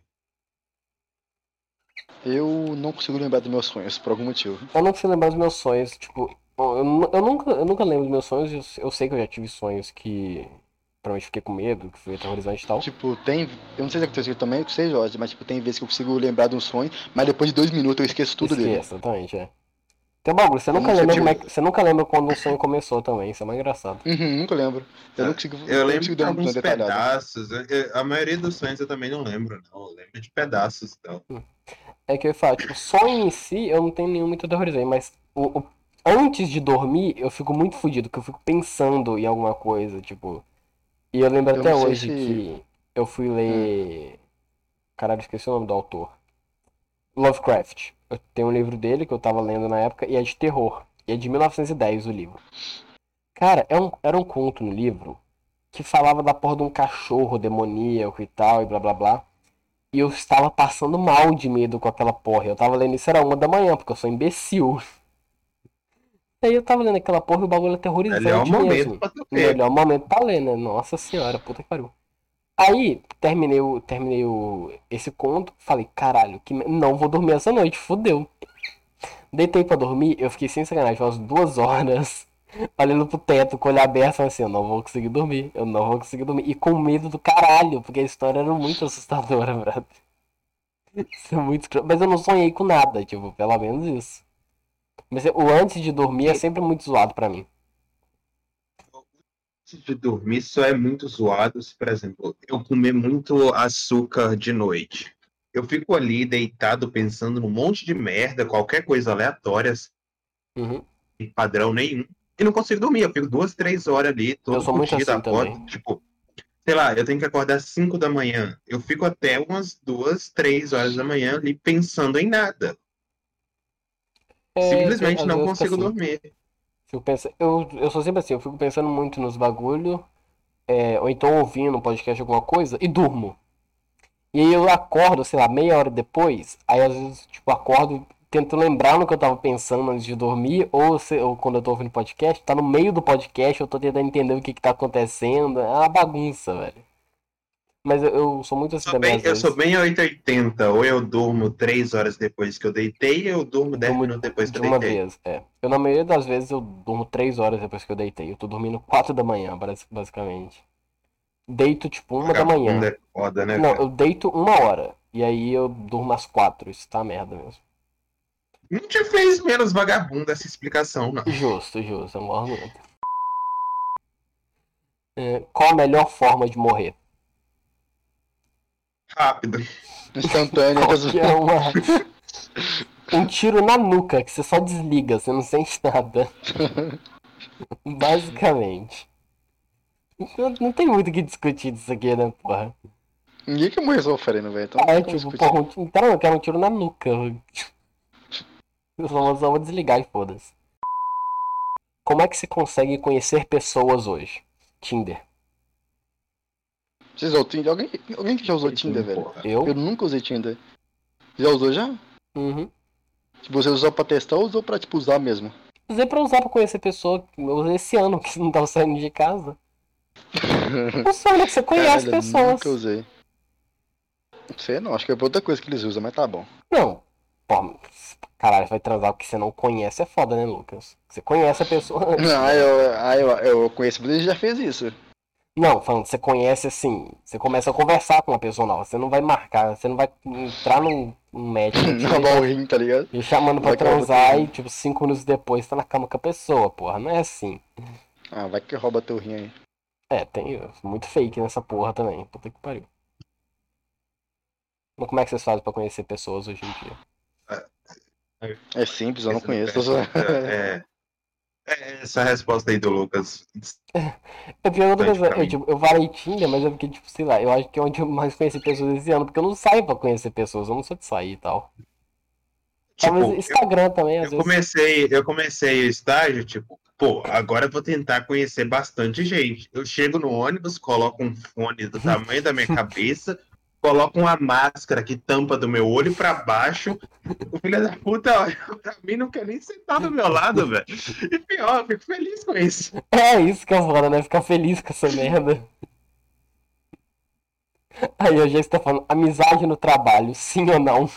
Speaker 4: Eu não consigo lembrar dos meus sonhos, por algum motivo.
Speaker 1: Eu não consigo lembrar dos meus sonhos, tipo... Eu nunca lembro dos meus sonhos, eu sei que eu já tive sonhos que... Provavelmente fiquei com medo, que foi aterrorizante e tal.
Speaker 4: Tipo, eu não sei se aconteceu também com você, Jorge, mas tipo, tem vezes que eu consigo lembrar de um sonho, mas depois de 2 minutos eu esqueço tudo dele.
Speaker 1: Exatamente, Tem um bagulho, você nunca lembra quando um sonho começou também, isso é mais engraçado.
Speaker 4: Nunca lembro.
Speaker 3: Eu lembro de alguns pedaços. A maioria dos sonhos eu também não lembro, não. Eu lembro de pedaços, então.
Speaker 1: É que eu ia falar, tipo, sonho em si eu não tenho nenhum muito aterrorizante, mas antes de dormir eu fico muito fudido, porque eu fico pensando em alguma coisa, tipo... E eu lembro até hoje que eu fui ler... Caralho, esqueci o nome do autor. Lovecraft. Eu tenho um livro dele que eu tava lendo na época e é de terror. E é de 1910 o livro. Cara, era um conto no livro que falava da porra de um cachorro demoníaco e tal, e blá blá blá. E eu estava passando mal de medo com aquela porra. Eu tava lendo isso, era 1 da manhã, porque eu sou imbecil. E aí eu tava lendo aquela porra e o bagulho aterrorizante mesmo. Melhor momento pra ler, né? Nossa senhora, puta que pariu. Aí, terminei esse conto, falei, caralho, não vou dormir essa noite, fodeu. Deitei pra dormir, eu fiquei sem sacanagem, umas 2 horas, olhando pro teto, com o olho aberto, falando assim, eu não vou conseguir dormir. E com medo do caralho, porque a história era muito assustadora, brother. Isso é muito escroto. Mas eu não sonhei com nada, tipo, pelo menos isso. Mas o antes de dormir é sempre muito zoado pra mim.
Speaker 3: Antes de dormir só é muito zoado se, por exemplo, eu comer muito açúcar de noite. Eu fico ali deitado pensando num monte de merda, qualquer coisa aleatória,
Speaker 1: Uhum.
Speaker 3: sem padrão nenhum, e não consigo dormir. Eu fico 2, 3 horas ali,
Speaker 1: Eu
Speaker 3: todo
Speaker 1: sou muito
Speaker 3: fodido,
Speaker 1: assim
Speaker 3: acordo,
Speaker 1: também.
Speaker 3: tipo, sei lá, eu tenho que acordar às 5 da manhã. Eu fico até umas 2, 3 horas da manhã ali pensando em nada. Simplesmente
Speaker 1: Às
Speaker 3: não
Speaker 1: vezes fica
Speaker 3: consigo
Speaker 1: assim.
Speaker 3: dormir.
Speaker 1: Fico pensando, eu sou sempre assim, eu fico pensando muito nos bagulho, ou então ouvindo um podcast alguma coisa e durmo. E aí eu acordo, sei lá, meia hora depois, aí às vezes, tipo, acordo, tento lembrar no que eu tava pensando antes de dormir, ou quando eu tô ouvindo podcast, tá no meio do podcast, eu tô tentando entender o que que tá acontecendo, é uma bagunça, velho. Mas eu sou muito assim também, às
Speaker 3: Eu sou
Speaker 1: vezes.
Speaker 3: bem 880. Ou eu durmo 3 horas depois que eu deitei, ou eu durmo 10
Speaker 1: Durmo
Speaker 3: minutos depois que
Speaker 1: de
Speaker 3: eu
Speaker 1: uma
Speaker 3: deitei.
Speaker 1: vez, é. Eu, na maioria das vezes, eu durmo 3 horas depois que eu deitei. Eu tô dormindo 4 da manhã, basicamente. Deito, tipo, 1 da manhã.
Speaker 3: Vagabundo é foda, né,
Speaker 1: Não,
Speaker 3: velho?
Speaker 1: eu deito 1 hora. E aí eu durmo às 4. Isso tá merda mesmo.
Speaker 3: Não te fez menos vagabundo essa explicação, não.
Speaker 1: Justo, justo. É um bom argumento. Qual a melhor forma de morrer?
Speaker 3: Rápido.
Speaker 4: Instantânea, tá zoando.
Speaker 1: Qualquer uma. Um tiro na nuca, que você só desliga, você não sente nada. Basicamente. Não tem muito o que discutir disso aqui, né, porra?
Speaker 4: Ninguém quer morrer sofrendo, velho. Então não
Speaker 1: É,
Speaker 4: tem como
Speaker 1: tipo,
Speaker 4: discutir.
Speaker 1: porra, então eu quero um tiro na nuca. Eu só vou desligar e foda-se. Como é que você consegue conhecer pessoas hoje? Tinder.
Speaker 4: Vocês usam o Tinder? Alguém que já usou Tinder, velho?
Speaker 3: Porra.
Speaker 1: Eu?
Speaker 4: Eu nunca usei Tinder. Já usou já?
Speaker 1: Uhum.
Speaker 4: Tipo, você usou pra testar ou usou pra, tipo, usar mesmo?
Speaker 1: Usei pra usar pra conhecer pessoa. Eu usei esse ano que não tava saindo de casa. Funciona que você conhece
Speaker 4: Caralho, eu nunca
Speaker 1: pessoas.
Speaker 4: usei. Não sei não, acho que é outra coisa que eles usam, mas tá bom.
Speaker 1: Não. Pô, caralho, vai transar o que você não conhece é foda, né, Lucas? Você conhece a pessoa antes,
Speaker 4: Ah,
Speaker 1: né?
Speaker 4: eu conheço, mas ele já fez isso.
Speaker 1: Não, falando, você conhece assim, você começa a conversar com uma pessoa nova, você não vai marcar, você não vai entrar num match no
Speaker 4: Não
Speaker 1: Tinder
Speaker 4: vai o rim, tá ligado?
Speaker 1: e chamando pra
Speaker 4: Vai que rouba teu
Speaker 1: transar e,
Speaker 4: rim.
Speaker 1: tipo, 5 minutos depois tá na cama com a pessoa, porra, não é assim.
Speaker 4: Ah, vai que rouba teu rim aí.
Speaker 1: Tem muito fake nessa porra também, puta que pariu. Mas como é que vocês fazem pra conhecer pessoas hoje em dia?
Speaker 4: É simples, eu não
Speaker 3: Essa
Speaker 4: conheço. Tô zoando.
Speaker 3: pergunta essa resposta aí do Lucas.
Speaker 1: É pior outra
Speaker 3: Bastante
Speaker 1: coisa,
Speaker 3: pra mim.
Speaker 1: eu falei Tinder, mas é porque, tipo, sei lá, eu acho que é onde eu mais conheci pessoas esse ano, porque eu não saio pra conhecer pessoas, eu não sou de sair e tal. Talvez
Speaker 3: Tipo,
Speaker 1: Instagram também, às vezes.
Speaker 3: eu comecei o estágio, tipo, pô, agora eu vou tentar conhecer bastante gente. Eu chego no ônibus, coloco um fone do tamanho da minha cabeça, coloco uma máscara que tampa do meu olho pra baixo. O filho da puta olha pra mim, não quer nem sentar do meu lado, velho. E pior, eu fico feliz com isso.
Speaker 1: É isso que é foda, né? Ficar feliz com essa merda. Aí eu já estou falando, amizade no trabalho, sim ou não?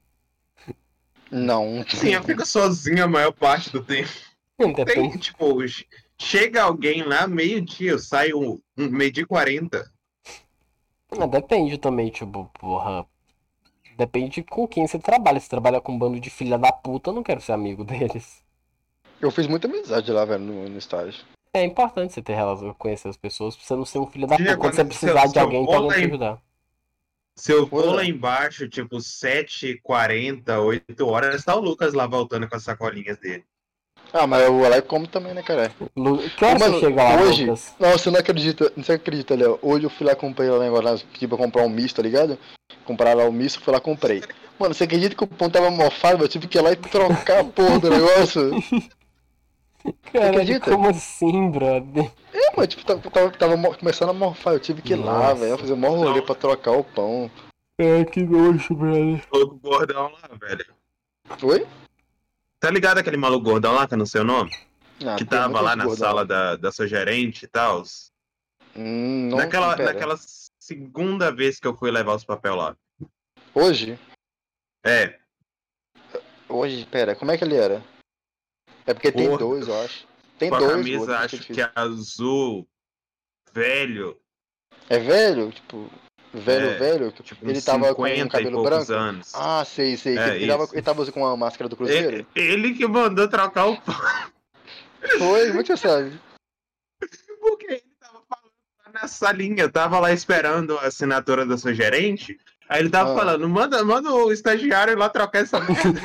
Speaker 4: Não.
Speaker 3: Sim, eu fico sozinho a maior parte do tempo. Tem,
Speaker 1: Depende,
Speaker 3: tipo, chega alguém lá, meio-dia, eu saio meio-dia e 40.
Speaker 1: depende também, tipo, porra. Depende com quem você trabalha. Se trabalha com um bando de filha da puta, eu não quero ser amigo deles.
Speaker 4: Eu fiz muita amizade lá, velho, no estágio.
Speaker 1: É importante você ter relação, conhecer as pessoas, pra você não ser um filho da puta. Quando você
Speaker 3: Quando,
Speaker 1: precisar de
Speaker 3: se eu
Speaker 1: alguém, tem
Speaker 3: vou
Speaker 1: alguém
Speaker 3: lá
Speaker 1: pra te ajudar.
Speaker 3: Se eu vou lá
Speaker 4: Olha,
Speaker 3: embaixo, tipo, 7h40, 8 horas, tá o Lucas lá voltando com as sacolinhas dele.
Speaker 4: ah, mas eu vou lá e como também, né, cara?
Speaker 1: Que
Speaker 4: Ô,
Speaker 1: hora você
Speaker 4: mano,
Speaker 1: chega lá,
Speaker 4: hoje.
Speaker 1: Lucas?
Speaker 4: Nossa, você não acredita, Léo. Hoje eu fui lá comprei lá um negócio lá, pedi pra comprar um misto, tá ligado? Comprar lá o misto, fui lá comprei. Mano, você acredita que o pão tava mofado? Eu tive que ir lá e trocar a porra do negócio. Você
Speaker 1: Caralho,
Speaker 4: acredita?
Speaker 1: como assim, brother?
Speaker 4: É, mano, tipo, começando a morfar. Eu tive que ir lá, velho,
Speaker 1: Nossa.
Speaker 4: fazer um maior rolê pra trocar o pão.
Speaker 1: Que nojo, brother.
Speaker 3: O gordão lá, velho.
Speaker 4: Oi?
Speaker 3: Tá ligado aquele maluco gordão lá, que eu não sei o nome?
Speaker 4: Ah,
Speaker 3: Que
Speaker 4: tem
Speaker 3: tava
Speaker 4: muita
Speaker 3: lá
Speaker 4: gente
Speaker 3: na
Speaker 4: gorda
Speaker 3: sala
Speaker 4: lá.
Speaker 3: da sua gerente e tal.
Speaker 4: Não, pera.
Speaker 3: Naquela segunda vez que eu fui levar os papel lá.
Speaker 4: Hoje?
Speaker 3: É,
Speaker 4: Hoje, pera, como é que ele era? É porque tem
Speaker 3: gordo,
Speaker 4: dois, eu acho. Tem
Speaker 3: com a
Speaker 4: dois gordos,
Speaker 3: camisa,
Speaker 4: por isso que é
Speaker 3: acho que
Speaker 4: difícil.
Speaker 3: é azul, velho.
Speaker 4: É velho? Tipo. Velho,
Speaker 3: tipo,
Speaker 4: ele
Speaker 3: uns
Speaker 4: tava com
Speaker 3: 50
Speaker 4: um
Speaker 3: e
Speaker 4: cabelo
Speaker 3: poucos
Speaker 4: branco?
Speaker 3: anos.
Speaker 4: Ah, sei. Ele tava usando com uma máscara do Cruzeiro?
Speaker 3: Ele que mandou trocar o
Speaker 4: Foi, como é que você sabe?
Speaker 3: Porque ele tava falando lá na salinha, tava lá esperando a assinatura da sua gerente. Aí ele tava falando, manda o estagiário lá trocar essa merda.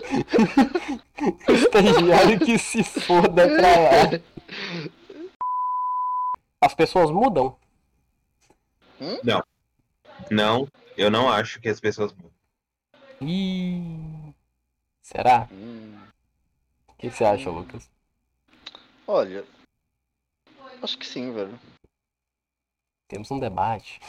Speaker 1: Estagiário que se foda pra lá. As pessoas mudam?
Speaker 3: Não, eu não acho que as pessoas mudam.
Speaker 1: Ih, será? O que você acha, Lucas?
Speaker 4: Olha, acho que sim, velho.
Speaker 1: Temos um debate.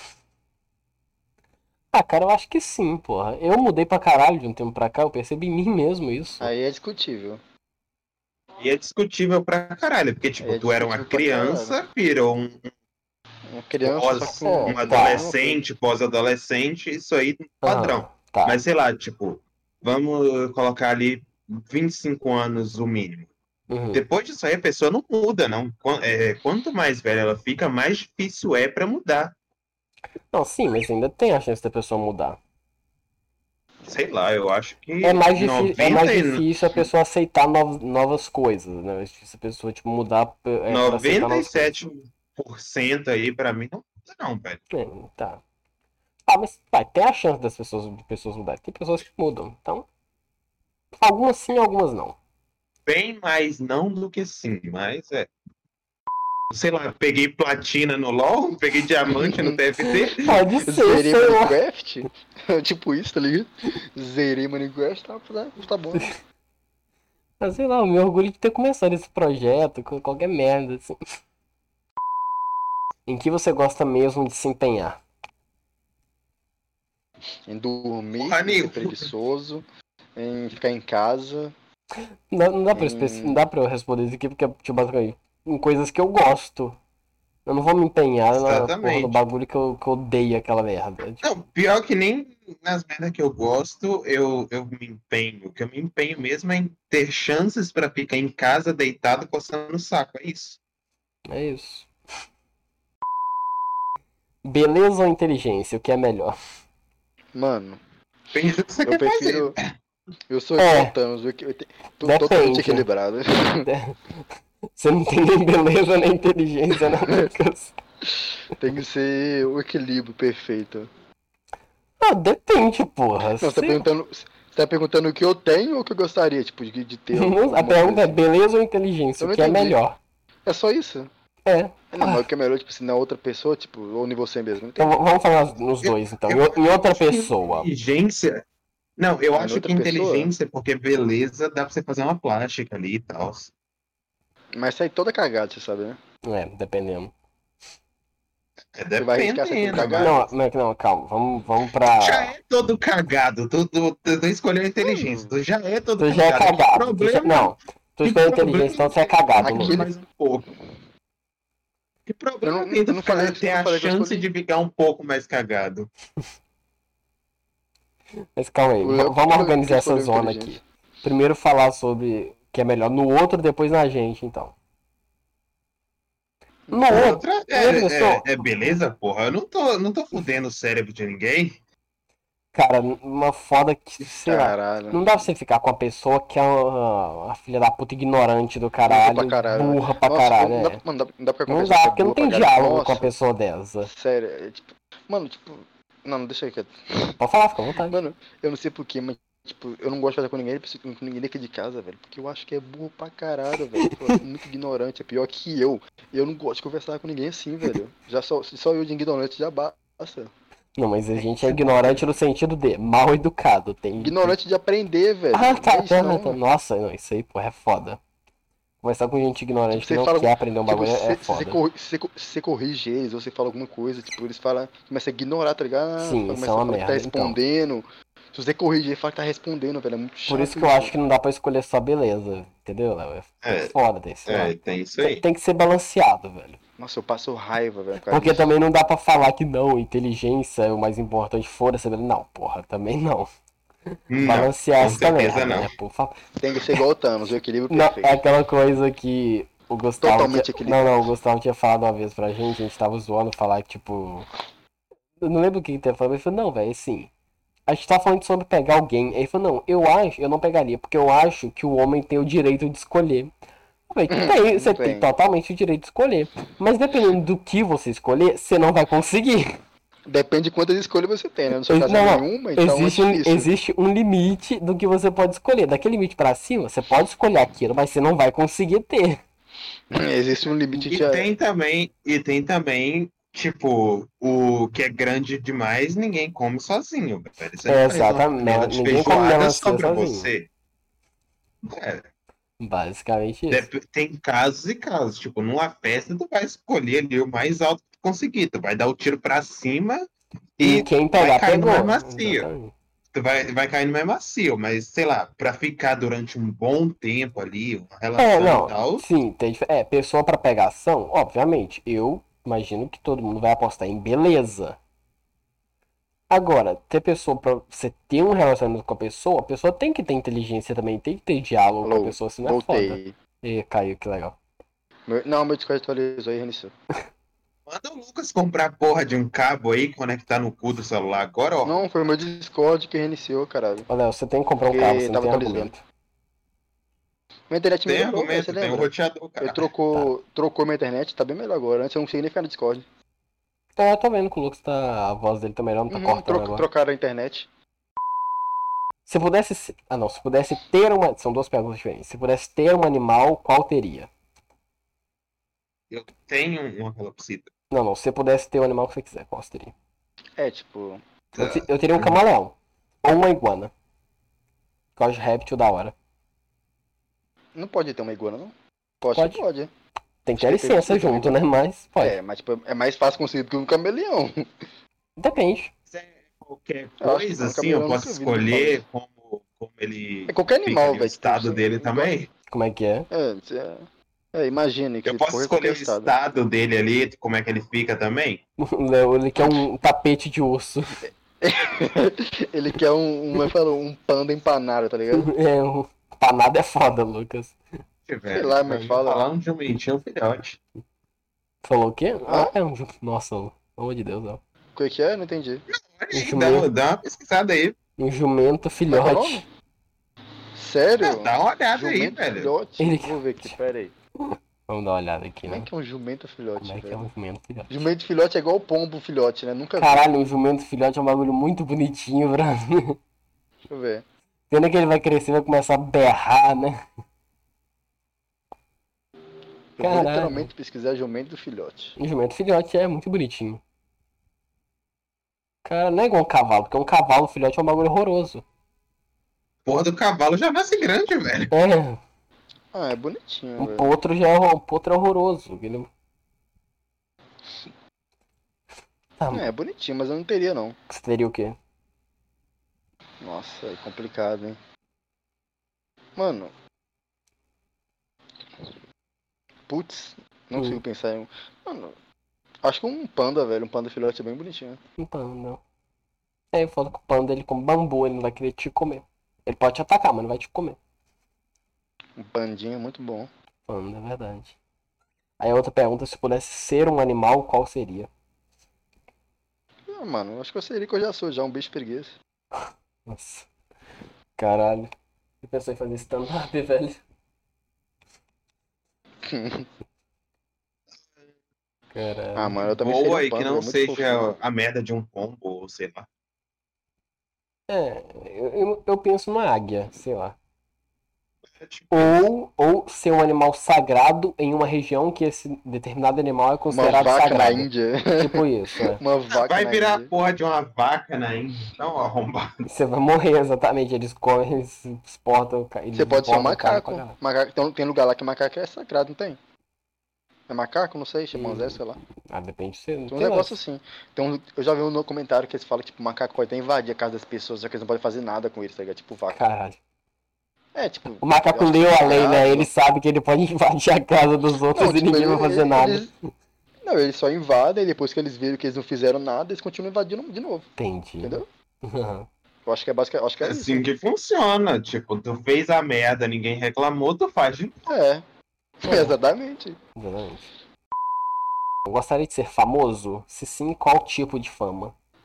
Speaker 1: Ah, cara, eu acho que sim, porra. Eu mudei pra caralho de um tempo pra cá, eu percebi em mim mesmo isso.
Speaker 4: Aí é discutível.
Speaker 3: E é discutível pra caralho, porque, tipo, tu era uma criança, virou
Speaker 4: uma criança, só que
Speaker 3: um adolescente, pós-adolescente, isso aí padrão.
Speaker 1: Tá.
Speaker 3: Mas, sei lá, tipo, vamos colocar ali 25 anos o mínimo. Depois disso aí, a pessoa não muda, não. Quanto mais velha ela fica, mais difícil é pra mudar.
Speaker 1: Não, sim, mas ainda tem a chance da pessoa mudar.
Speaker 3: Sei lá, eu acho que
Speaker 1: é mais difícil a pessoa aceitar novas coisas, né? Se a pessoa, tipo, mudar...
Speaker 3: 97% aí, pra mim, não muda não, velho.
Speaker 1: Tá. Ah, mas tem a chance de pessoas mudarem. Tem pessoas que mudam, então... Algumas sim, algumas não.
Speaker 3: Bem mais não do que sim, mas sei lá, peguei platina no LoL, peguei diamante no TFT.
Speaker 1: Pode ser,
Speaker 4: zerei Minecraft? Tipo isso, tá ligado? Zerei Minecraft, tá bom.
Speaker 1: Mas sei lá, eu me orgulho de ter começado esse projeto, com qualquer merda, assim. Em que você gosta mesmo de se empenhar?
Speaker 4: Em dormir, em ser preguiçoso, em ficar em casa.
Speaker 1: Não dá pra eu responder isso aqui, porque, tipo, basicamente, em coisas que eu gosto. Eu não vou me empenhar na porra do bagulho que eu odeio aquela merda.
Speaker 3: Tipo... Não, pior que nem nas merdas que eu gosto, eu me empenho. O que eu me empenho mesmo é em ter chances pra ficar em casa deitado coçando o saco, é isso.
Speaker 1: É isso. Beleza ou inteligência, o que é melhor?
Speaker 4: Mano,
Speaker 3: depende do que você quer fazer.
Speaker 4: Eu sou igual Thanos, tô totalmente equilibrado.
Speaker 1: Você não tem nem beleza nem inteligência, né, Lucas?
Speaker 4: Tem que ser o equilíbrio perfeito.
Speaker 1: Ah, depende, porra.
Speaker 4: Não, você tá perguntando o que eu tenho ou o que eu gostaria, tipo, de ter?
Speaker 1: A pergunta é beleza ou inteligência, o que é melhor?
Speaker 4: É só isso? Não, mas o que é melhor, tipo, assim, na outra pessoa, tipo, ou em você mesmo.
Speaker 1: Então vamos falar nos dois, então. Em outra pessoa.
Speaker 3: Inteligência... Não, eu acho que inteligência, porque beleza, dá pra você fazer uma plástica ali e tal.
Speaker 4: Mas sai toda cagada, você sabe, né?
Speaker 1: Dependendo.
Speaker 4: Você vai arriscar ser todo cagado?
Speaker 1: Não, calma, vamos pra...
Speaker 3: Já é todo cagado, tu escolheu a inteligência, tu já é todo
Speaker 1: cagado. Tu já é cagado. Tu escolheu a inteligência, então você é cagado,
Speaker 3: mais um pouco. Que problema tem tu ter a chance de ficar um pouco mais cagado?
Speaker 1: Mas calma aí, vamos organizar essa zona aqui. Primeiro falar sobre o que é melhor no outro, depois na gente, então.
Speaker 3: No outro é beleza, porra. Eu não tô fudendo o cérebro de ninguém.
Speaker 1: Cara, uma foda que, sei lá, não dá pra você ficar com a pessoa que é a filha da puta ignorante do caralho, burra pra caralho.
Speaker 4: Não dá pra
Speaker 1: não dá, porque não tem diálogo com a pessoa dessa.
Speaker 4: Sério, mano, não, deixa aí quieto.
Speaker 1: Pode falar, fica à vontade.
Speaker 4: Mano, eu não sei porquê, mas, tipo, eu não gosto de fazer com ninguém daqui de casa, velho, porque eu acho que é burro pra caralho, velho. Eu sou muito ignorante, é pior que eu. Eu não gosto de conversar com ninguém assim, velho. Só eu de ignorante já basta.
Speaker 1: Não, mas a gente é ignorante no sentido de mal educado.
Speaker 4: Ignorante de aprender, velho.
Speaker 1: Tá. Nossa, não, isso aí, porra, é foda. Conversar com gente ignorante que não quer aprender um bagulho é foda.
Speaker 4: Se você corrige eles, ou você fala alguma coisa, tipo, eles falam, começa a ignorar, tá ligado?
Speaker 1: Sim, isso é uma merda,
Speaker 4: tá respondendo. Então. Se você corrigir, fala que tá respondendo, velho, é muito chato.
Speaker 1: Por isso que eu acho que não dá pra escolher só beleza, entendeu, Léo? É foda desse.
Speaker 3: Tem isso aí.
Speaker 1: Tem que ser balanceado, velho.
Speaker 4: Nossa, eu passo raiva, velho.
Speaker 1: Porque também não dá pra falar que não, inteligência é o mais importante, foda-se. Não, porra, também não. Balancear essa merda, né, por favor.
Speaker 4: Tem que ser igual o Thanos, o equilíbrio perfeito.
Speaker 1: É aquela coisa que o Gustavo...
Speaker 4: Totalmente equilibrado.
Speaker 1: Não, o Gustavo tinha falado uma vez pra gente tava zoando, falar que, tipo... Eu não lembro o que ele falou. Ele falou, não, velho, assim. A gente tá falando sobre pegar alguém. Aí ele falou, não, eu não pegaria, porque eu acho que o homem tem o direito de escolher. Você tem totalmente o direito de escolher. Mas dependendo do que você escolher, você não vai conseguir.
Speaker 4: Depende de quantas escolhas você tem, né? No seu caso é nenhuma, então
Speaker 1: existe um limite do que você pode escolher. Daquele limite pra cima, você pode escolher aquilo, mas você não vai conseguir ter.
Speaker 4: Existe um limite
Speaker 3: de... E tem também, tipo, o que é grande demais, ninguém come sozinho, velho. Você
Speaker 1: exatamente. Ninguém come melancia sozinho.
Speaker 3: Você.
Speaker 1: Basicamente isso.
Speaker 3: Tem casos e casos. Tipo, numa festa, tu vai escolher ali o mais alto que tu conseguir. Tu vai dar o tiro pra cima e
Speaker 1: quem pegar,
Speaker 3: vai cair
Speaker 1: pegou.
Speaker 3: no mais macio. Tu vai cair no mais macio, mas sei lá, pra ficar durante um bom tempo ali, uma relação e tal.
Speaker 1: Sim, pessoa pra pegação, obviamente. Eu imagino que todo mundo vai apostar em beleza. Agora, ter pessoa pra você ter um relacionamento com a pessoa tem que ter inteligência também, tem que ter diálogo com a pessoa, senão é foda. E caiu, que legal.
Speaker 4: Meu Discord atualizou e reiniciou.
Speaker 3: Manda o Lucas comprar a porra de um cabo aí, conectar no cu do celular agora, ó.
Speaker 4: Não, foi o meu Discord que reiniciou, caralho.
Speaker 1: Olha, você tem que comprar um cabo, você não tem argumento.
Speaker 4: Minha internet
Speaker 3: tem argumento, tem um roteador, cara.
Speaker 4: Ele trocou minha internet, tá bem melhor agora. Antes eu não conseguia nem ficar no Discord.
Speaker 1: Eu tô vendo que o Lucas a voz dele tá melhor, não tá cortando agora.
Speaker 4: Trocaram a internet.
Speaker 1: Se pudesse ter uma... São duas perguntas diferentes. Se pudesse ter um animal, qual teria?
Speaker 3: Eu tenho uma calopsita.
Speaker 1: Não, se você pudesse ter o animal que você quiser, qual você teria?
Speaker 4: Tipo...
Speaker 1: Eu teria um camaleão. Ou uma iguana. Eu acho réptil da hora.
Speaker 4: Não pode ter uma iguana, não? Pode.
Speaker 1: Tem que ter licença junto, né? Mas pode.
Speaker 4: Mas tipo, é mais fácil conseguir do que um camaleão.
Speaker 1: Depende.
Speaker 3: Qualquer coisa assim, eu posso escolher como ele...
Speaker 4: É qualquer animal, velho.
Speaker 3: O estado dele também?
Speaker 1: Como é que é?
Speaker 4: Imagine que
Speaker 3: eu posso escolher o estado dele ali, como é que ele fica também?
Speaker 1: Ele quer um tapete de urso.
Speaker 4: Ele quer um panda empanado, tá ligado?
Speaker 1: Empanado é foda, Lucas.
Speaker 4: Sei lá, mas fala.
Speaker 3: Falar um jumentinho filhote.
Speaker 1: Falou o quê? É um jumento. Nossa, pelo amor de Deus, não.
Speaker 4: O que é? Não entendi.
Speaker 3: Dá uma pesquisada aí.
Speaker 1: Um jumento filhote.
Speaker 4: Sério?
Speaker 3: Dá uma olhada aí, velho.
Speaker 4: Vou ver aqui, pera aí.
Speaker 1: Vamos dar uma olhada aqui, né?
Speaker 4: Como é que é um jumento filhote?
Speaker 1: Como é que é um jumento filhote?
Speaker 4: Jumento filhote é igual o pombo filhote, né? Nunca vi.
Speaker 1: Caralho, um jumento filhote é um bagulho muito bonitinho, brother.
Speaker 4: Deixa eu ver.
Speaker 1: Pena que ele vai crescer e vai começar a berrar, né?
Speaker 4: Eu vou literalmente pesquisar jumento filhote.
Speaker 1: O jumento filhote é muito bonitinho. Cara, não é igual um cavalo, porque um cavalo filhote é um bagulho horroroso.
Speaker 3: Porra do cavalo já nasce grande, velho.
Speaker 4: É bonitinho,
Speaker 1: velho. Potro é horroroso. Ele...
Speaker 4: É bonitinho, mas eu não teria, não.
Speaker 1: Você teria o quê?
Speaker 4: Nossa, é complicado, hein? Mano. Putz, não consigo pensar em um. Mano, acho que um panda, velho. Um panda filhote é bem bonitinho.
Speaker 1: Um panda. Eu falo que o panda, ele come bambu, ele não vai querer te comer. Ele pode te atacar, mas não vai te comer.
Speaker 4: Um pandinho muito bom.
Speaker 1: Panda, é verdade. Aí a outra pergunta, se pudesse ser um animal, qual seria?
Speaker 4: Mano, acho que eu seria que eu já sou, já um bicho preguiça.
Speaker 1: Nossa. Caralho. Eu pensei em fazer stand-up, velho. Caralho.
Speaker 4: Mano, eu também
Speaker 3: seria um panda, que não seja a merda de um pombo, ou sei lá.
Speaker 1: Eu penso numa águia, sei lá. Ou ser um animal sagrado em uma região que esse determinado animal é considerado
Speaker 4: sagrado. Uma vaca
Speaker 1: sagrado.
Speaker 4: na Índia.
Speaker 1: Tipo isso,
Speaker 4: Uma vaca
Speaker 3: vai virar
Speaker 4: Índia.
Speaker 3: A porra de uma vaca na Índia. Não, arrombado.
Speaker 1: Você vai morrer, exatamente. Eles comem, eles exportam.
Speaker 4: Você pode ser um macaco. Tem lugar lá que macaco é sagrado, não tem? É macaco? Não sei, chimpanzé, sei lá.
Speaker 1: Depende de ser.
Speaker 4: Tem um negócio assim. Eu já vi no comentário que eles falam que tipo, macaco pode até invadir a casa das pessoas, só que eles não podem fazer nada com eles, tá ligado? Tipo vaca.
Speaker 1: Caralho.
Speaker 4: Tipo...
Speaker 1: O macaco leu a lei, né? Ele sabe que ele pode invadir a casa dos outros e ninguém vai fazer nada.
Speaker 4: Não, eles só invadem e depois que eles viram que eles não fizeram nada, eles continuam invadindo de novo.
Speaker 1: Entendi.
Speaker 4: Entendeu? Eu acho que é basicamente. Acho que é
Speaker 3: assim
Speaker 4: isso.
Speaker 3: Que funciona. Tipo, tu fez a merda, ninguém reclamou, tu faz de novo.
Speaker 4: Exatamente.
Speaker 1: Eu gostaria de ser famoso? Se sim, qual tipo de fama?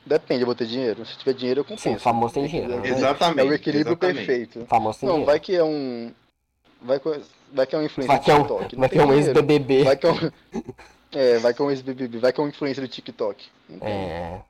Speaker 4: Depende, eu vou ter dinheiro. Se tiver dinheiro, eu compenso.
Speaker 1: Sim, famoso tem dinheiro. Né?
Speaker 3: Exatamente.
Speaker 4: É o equilíbrio
Speaker 3: exatamente.
Speaker 4: perfeito.
Speaker 1: Famoso tem
Speaker 4: Não,
Speaker 1: dinheiro.
Speaker 4: vai que é um. Vai que é um influencer
Speaker 1: Vai
Speaker 4: do
Speaker 1: que é um,
Speaker 4: TikTok.
Speaker 1: vai que é um ex-BBB.
Speaker 4: Vai que é um. Vai que é um ex-BBB. Vai que é um influencer do TikTok.
Speaker 1: É.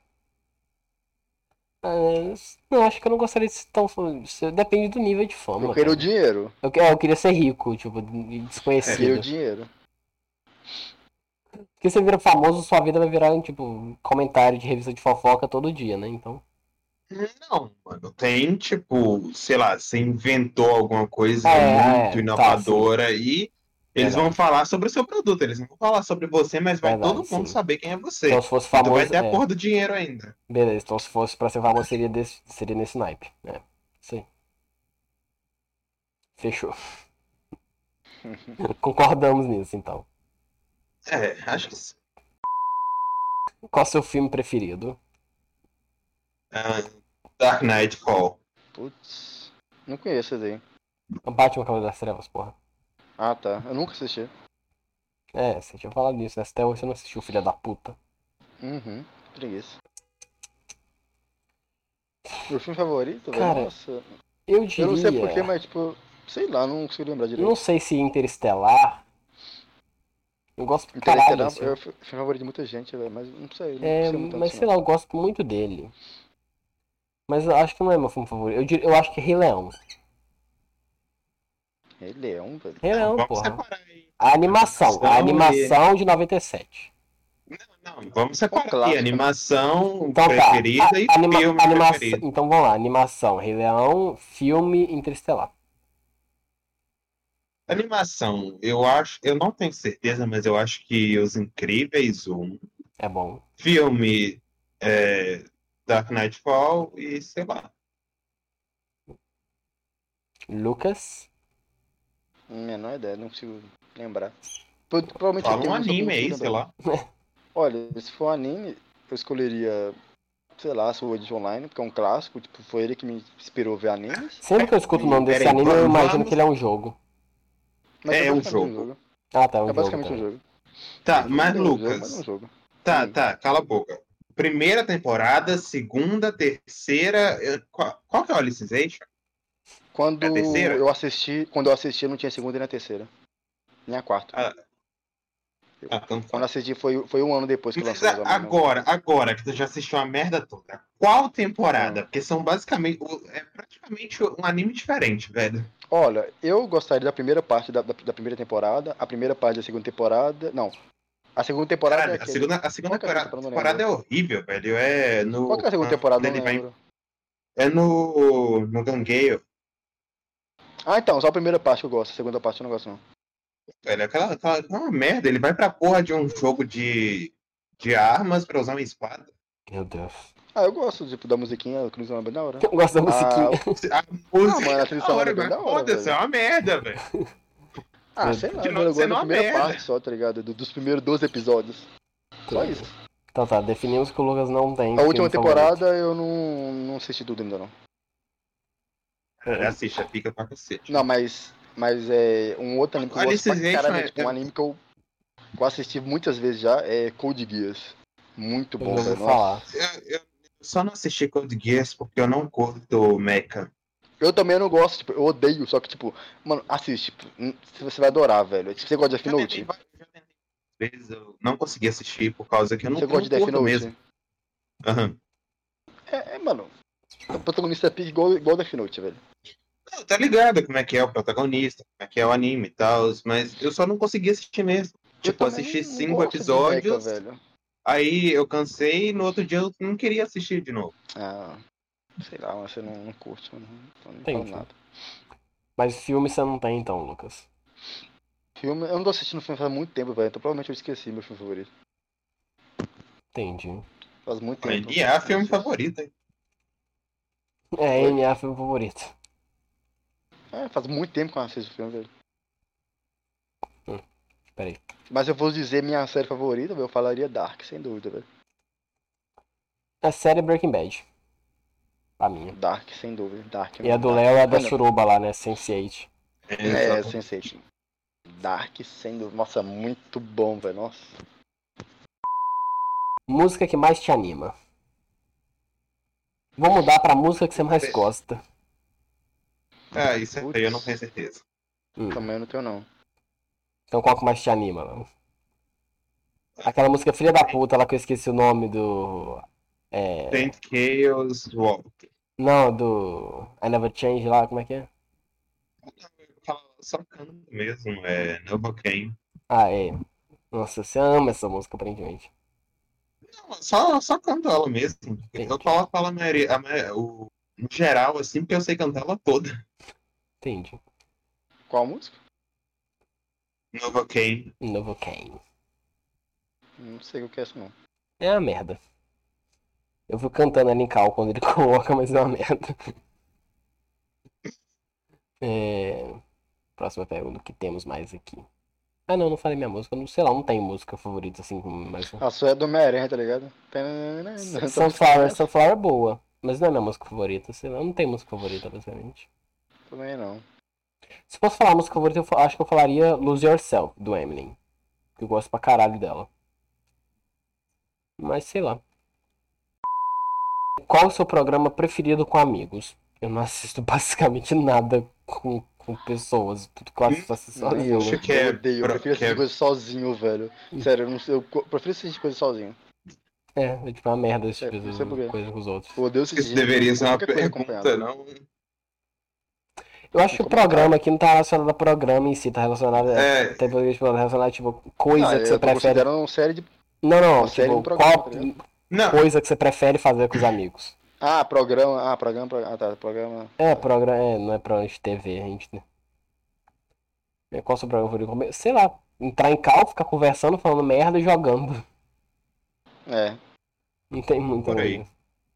Speaker 1: Não, acho que eu não gostaria de ser tão. Depende do nível de fama.
Speaker 4: Eu quero o
Speaker 1: cara.
Speaker 4: dinheiro.
Speaker 1: Eu queria ser rico, tipo,
Speaker 4: Eu queria o
Speaker 1: desconhecido.
Speaker 4: dinheiro.
Speaker 1: Porque você vira famoso, sua vida vai virar, tipo, comentário de revista de fofoca todo dia, né? Então.
Speaker 3: Não, mano. Tem, tipo, sei lá, você inventou alguma coisa muito
Speaker 1: Tá,
Speaker 3: inovadora e eles vão
Speaker 1: Verdade.
Speaker 3: falar sobre o seu produto. Eles não vão falar sobre você, mas vai
Speaker 1: Verdade,
Speaker 3: todo mundo
Speaker 1: sim.
Speaker 3: saber quem é
Speaker 1: Então,
Speaker 3: você.
Speaker 1: se fosse
Speaker 3: E tu vai
Speaker 1: famoso.
Speaker 3: ter a porra do dinheiro ainda.
Speaker 1: Beleza, então se fosse pra ser famoso, seria nesse naipe. Isso aí. Fechou. Concordamos nisso, então.
Speaker 3: Acho que sim.
Speaker 1: Qual é o seu filme preferido?
Speaker 3: Dark Knight Fall.
Speaker 4: Putz. Não conheço esse aí.
Speaker 1: Batman Cavaleiro das Trevas, porra.
Speaker 4: Ah, tá. Eu nunca assisti.
Speaker 1: Você tinha falado nisso, né? Até hoje você não assistiu, filha da puta.
Speaker 4: Uhum. Preguiça. Meu filme favorito, velho?
Speaker 1: Cara,
Speaker 4: Nossa.
Speaker 1: eu
Speaker 4: Eu não sei
Speaker 1: diria.
Speaker 4: porquê, mas tipo. Sei lá, não consigo lembrar direito.
Speaker 1: Não sei se Interestelar. Eu gosto pra caralho
Speaker 4: Interestelar
Speaker 1: desse
Speaker 4: é o
Speaker 1: filme.
Speaker 4: filme favorito de muita gente, velho. Mas não sei muito
Speaker 1: Mas
Speaker 4: disso,
Speaker 1: sei lá, eu gosto muito dele. Mas eu acho que não é meu filme favorito. Eu acho que é Rei Leão.
Speaker 4: Rei Leão, velho.
Speaker 1: Rei Leão,
Speaker 3: Vamos
Speaker 1: porra.
Speaker 3: separar aí.
Speaker 1: A animação de 97.
Speaker 3: Não, vamos separar aí.
Speaker 4: clássico, né?
Speaker 3: Animação
Speaker 1: Então
Speaker 3: preferida e filme preferido.
Speaker 1: Então vamos lá, animação, Rei Leão, filme Interestelar.
Speaker 3: Animação, eu não tenho certeza, mas eu acho que Os Incríveis 1,
Speaker 1: É bom.
Speaker 3: filme Dark Knight Fall e sei lá.
Speaker 1: Lucas.
Speaker 4: Menor ideia, não consigo lembrar. Provavelmente eu
Speaker 3: Fala um
Speaker 4: tenho, mas só que eu não
Speaker 3: anime
Speaker 4: consigo
Speaker 3: aí, sei
Speaker 4: lembrar.
Speaker 3: lá.
Speaker 4: Olha, se for anime, eu escolheria, sei lá, Sword Art Online, porque é um clássico, tipo, foi ele que me inspirou a ver animes.
Speaker 1: Sempre que eu escuto o nome desse
Speaker 3: Peraí,
Speaker 1: anime, eu imagino
Speaker 3: vamos-
Speaker 1: que ele é um jogo.
Speaker 4: Mas
Speaker 3: É um
Speaker 4: basicamente
Speaker 3: jogo.
Speaker 1: Ah, tá, é um
Speaker 4: É
Speaker 1: jogo
Speaker 4: basicamente um
Speaker 1: também.
Speaker 4: jogo.
Speaker 3: Tá,
Speaker 4: Não
Speaker 3: mas
Speaker 4: é um jogo, mas é um
Speaker 3: Lucas,
Speaker 4: jogo.
Speaker 3: tá, cala a boca. Primeira temporada, segunda, terceira. Qual que é o Alicization?
Speaker 4: Quando
Speaker 3: É a terceira?
Speaker 4: eu assisti, não tinha segunda e nem a terceira. Nem a quarta.
Speaker 3: Então
Speaker 4: Quando eu
Speaker 3: tá.
Speaker 4: assisti foi um ano depois que
Speaker 3: Mas
Speaker 4: lançou, mais ou menos.
Speaker 3: agora que tu já assistiu a merda toda, qual temporada?
Speaker 4: Ah.
Speaker 3: Porque são basicamente. É praticamente um anime diferente, velho.
Speaker 4: Olha, eu gostaria da primeira parte da primeira temporada, a primeira parte da segunda temporada. Não. A segunda temporada
Speaker 3: Caralho,
Speaker 4: é
Speaker 3: a
Speaker 4: aquele.
Speaker 3: segunda
Speaker 4: Qual que é a segunda temporada? Não
Speaker 3: temporada é
Speaker 4: lembro.
Speaker 3: horrível, velho.
Speaker 4: Qual que é a segunda temporada?
Speaker 3: Quando
Speaker 4: Não
Speaker 3: ele vai.
Speaker 4: lembro.
Speaker 3: É no Gangueio.
Speaker 4: Ah, então, só a primeira parte que eu gosto, a segunda parte eu não gosto, não.
Speaker 3: Velho, é uma merda. Ele vai pra porra de um jogo de armas pra usar uma espada.
Speaker 1: Meu Deus.
Speaker 4: Ah, eu gosto, tipo, da musiquinha, a trilha sonora é bem da hora.
Speaker 1: Eu gosto da musiquinha.
Speaker 3: A música
Speaker 4: mano, a trilha
Speaker 3: é da hora,
Speaker 4: sonora é bem
Speaker 3: mas
Speaker 4: da hora,
Speaker 3: foda-se, é
Speaker 4: velho.
Speaker 3: uma merda, velho.
Speaker 4: Sei lá,
Speaker 3: Continua
Speaker 4: mano, eu gosto
Speaker 3: sendo
Speaker 4: da
Speaker 3: uma
Speaker 4: primeira
Speaker 3: merda.
Speaker 4: parte só, tá ligado? Dos primeiros 12 episódios. Só isso.
Speaker 1: Então tá, definimos que o Lucas não tem
Speaker 4: A última
Speaker 1: filme favorito.
Speaker 4: temporada eu não assisti tudo ainda, não.
Speaker 3: Assiste, a pica pra cacete.
Speaker 4: Não, mas é um outro anime que eu gosto pra
Speaker 3: Alicization
Speaker 4: caralho, tipo, um anime que eu assisti muitas vezes já, é Code Geass. Muito
Speaker 1: Eu
Speaker 4: bom,
Speaker 1: já ouvi
Speaker 4: velho. Nossa.
Speaker 1: falar.
Speaker 3: Eu só não assisti Code Geass porque eu não curto mecha.
Speaker 4: Eu também não gosto, tipo, eu odeio, só que, tipo, mano, assiste, tipo, você vai adorar, velho. Tipo, você gosta de Death Note?
Speaker 3: Já tentei vezes, eu não consegui assistir por causa que eu não,
Speaker 4: Você
Speaker 3: eu não
Speaker 4: gosta de Death
Speaker 3: curto
Speaker 4: Note?
Speaker 3: mesmo. Aham.
Speaker 4: Mano, o protagonista é pique igual Death Note, velho.
Speaker 3: Não, tá ligado como é que é o protagonista, como é que é o anime e tal, mas eu só não consegui assistir mesmo.
Speaker 4: Eu
Speaker 3: Tipo, eu
Speaker 4: também
Speaker 3: assisti
Speaker 4: não
Speaker 3: 5
Speaker 4: gosto de mecha,
Speaker 3: episódios,
Speaker 4: velho.
Speaker 3: aí eu cansei e no outro dia eu não queria assistir de novo.
Speaker 4: Sei lá, mas você não curte, mano. Então não
Speaker 1: Entendi.
Speaker 4: falo nada.
Speaker 1: Mas filme você não tem então, Lucas.
Speaker 4: Filme, eu não tô assistindo filme faz muito tempo, velho. Então provavelmente eu esqueci meu filme favorito.
Speaker 1: Entendi.
Speaker 4: Faz muito tempo.
Speaker 3: Ele é filme favorito, hein?
Speaker 1: Ele é filme favorito.
Speaker 4: Faz muito tempo que eu não assisto filme, velho.
Speaker 1: Peraí.
Speaker 4: Mas eu vou dizer minha série favorita, velho, eu falaria Dark, sem dúvida, velho.
Speaker 1: A série Breaking Bad. A minha.
Speaker 4: Dark, sem dúvida. Dark,
Speaker 1: E a do Léo é a da
Speaker 4: Mano,
Speaker 1: Suruba lá, né? Sense8.
Speaker 4: Sense8. Dark, sem dúvida. Nossa, muito bom, velho. Nossa.
Speaker 1: Música que mais te anima. Vou mudar pra música que você mais gosta.
Speaker 3: Ah, isso aí eu não tenho certeza.
Speaker 4: Também não tenho, não.
Speaker 1: Então qual que mais te anima, mano? Aquela música filha da puta, lá que eu esqueci o nome do...
Speaker 3: Saint Chaos Walk.
Speaker 1: Não, do... I Never Change lá, como é que é?
Speaker 3: Só canto mesmo, Novocaine.
Speaker 1: Ah, é. Nossa, você ama essa música, aparentemente.
Speaker 3: Não, só canto ela mesmo. Eu coloco ela no geral, assim, porque eu sei cantar ela toda.
Speaker 1: Entendi.
Speaker 4: Qual música?
Speaker 3: Novocaine.
Speaker 1: Novocaine.
Speaker 4: Não sei o que é isso, não.
Speaker 1: É uma merda. Eu fui cantando ali em cal quando ele coloca, mas é uma merda. Próxima pergunta, o que temos mais aqui? Ah, não falei minha música. Não sei lá, não tenho música favorita assim. Mas...
Speaker 4: A sua é do Homem-Aranha, tá ligado?
Speaker 1: Sunflower é boa, mas não é minha música favorita. Sei lá, não tem música favorita, basicamente.
Speaker 4: Também não.
Speaker 1: Se fosse falar música favorita, eu acho que eu falaria Lose Yourself, do Eminem. Que eu gosto pra caralho dela. Mas sei lá. Qual o seu programa preferido com amigos? Eu não assisto basicamente nada com pessoas. Tudo que eu assisto sozinho.
Speaker 4: Eu odeio, eu prefiro assistir coisa sozinho, velho. Sério, eu prefiro assistir coisa sozinho.
Speaker 1: É tipo uma merda esse tipo de coisa com os outros.
Speaker 4: Eu odeio assistir.
Speaker 3: Isso deveria ser uma pergunta, não?
Speaker 1: Eu acho que o programa aqui não tá relacionado a programa em si, tá relacionado a relacionado tipo coisa que você prefere.
Speaker 4: Uma série de...
Speaker 1: Não, tipo, qual coisa que você prefere fazer com os amigos?
Speaker 4: Programa.
Speaker 1: Programa. Não é programa de TV, a gente. Qual o seu programa favorito? Sei lá, entrar em cal, ficar conversando, falando merda e jogando. Não tem muito aí.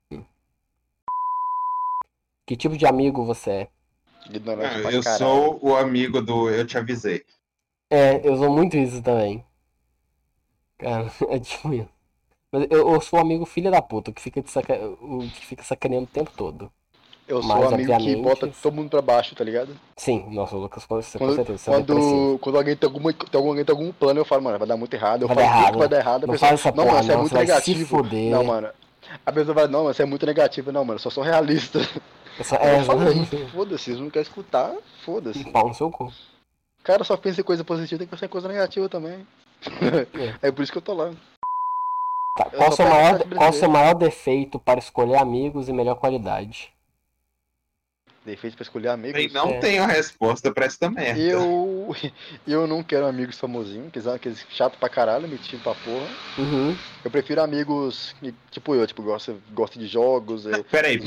Speaker 1: Que tipo de amigo você é?
Speaker 3: Eu sou o amigo do Eu Te Avisei.
Speaker 1: Eu sou muito isso também. Cara, é tipo isso. Mas eu sou o amigo filha da puta, que fica sacaneando o tempo todo.
Speaker 4: Eu sou o amigo que bota todo mundo pra baixo, tá ligado?
Speaker 1: Sim, nossa, o Lucas com certeza.
Speaker 4: Quando alguém tem algum plano, eu falo, mano, vai dar muito errado. Eu
Speaker 1: falo
Speaker 4: que vai dar errado.
Speaker 1: Não faz essa porra,
Speaker 4: você é muito negativo.
Speaker 1: Se fuder.
Speaker 4: Não, mano. A pessoa vai, não, você é muito negativo. Não, mano, eu só sou realista. Foda-se, vocês não querem escutar, foda-se.
Speaker 1: Pau no seu cu.
Speaker 4: Cara, só pensa em coisa positiva, tem que pensar em coisa negativa também. É por isso que eu tô lá.
Speaker 1: Tá, qual o seu maior defeito para escolher amigos e melhor qualidade?
Speaker 4: Defeito pra escolher amigos?
Speaker 3: Eu não tenho a resposta pra essa merda.
Speaker 4: Eu não quero amigos famosinhos, aqueles chato pra caralho, metido pra porra.
Speaker 1: Uhum.
Speaker 4: Eu prefiro amigos tipo eu, gosto de jogos.
Speaker 3: Peraí.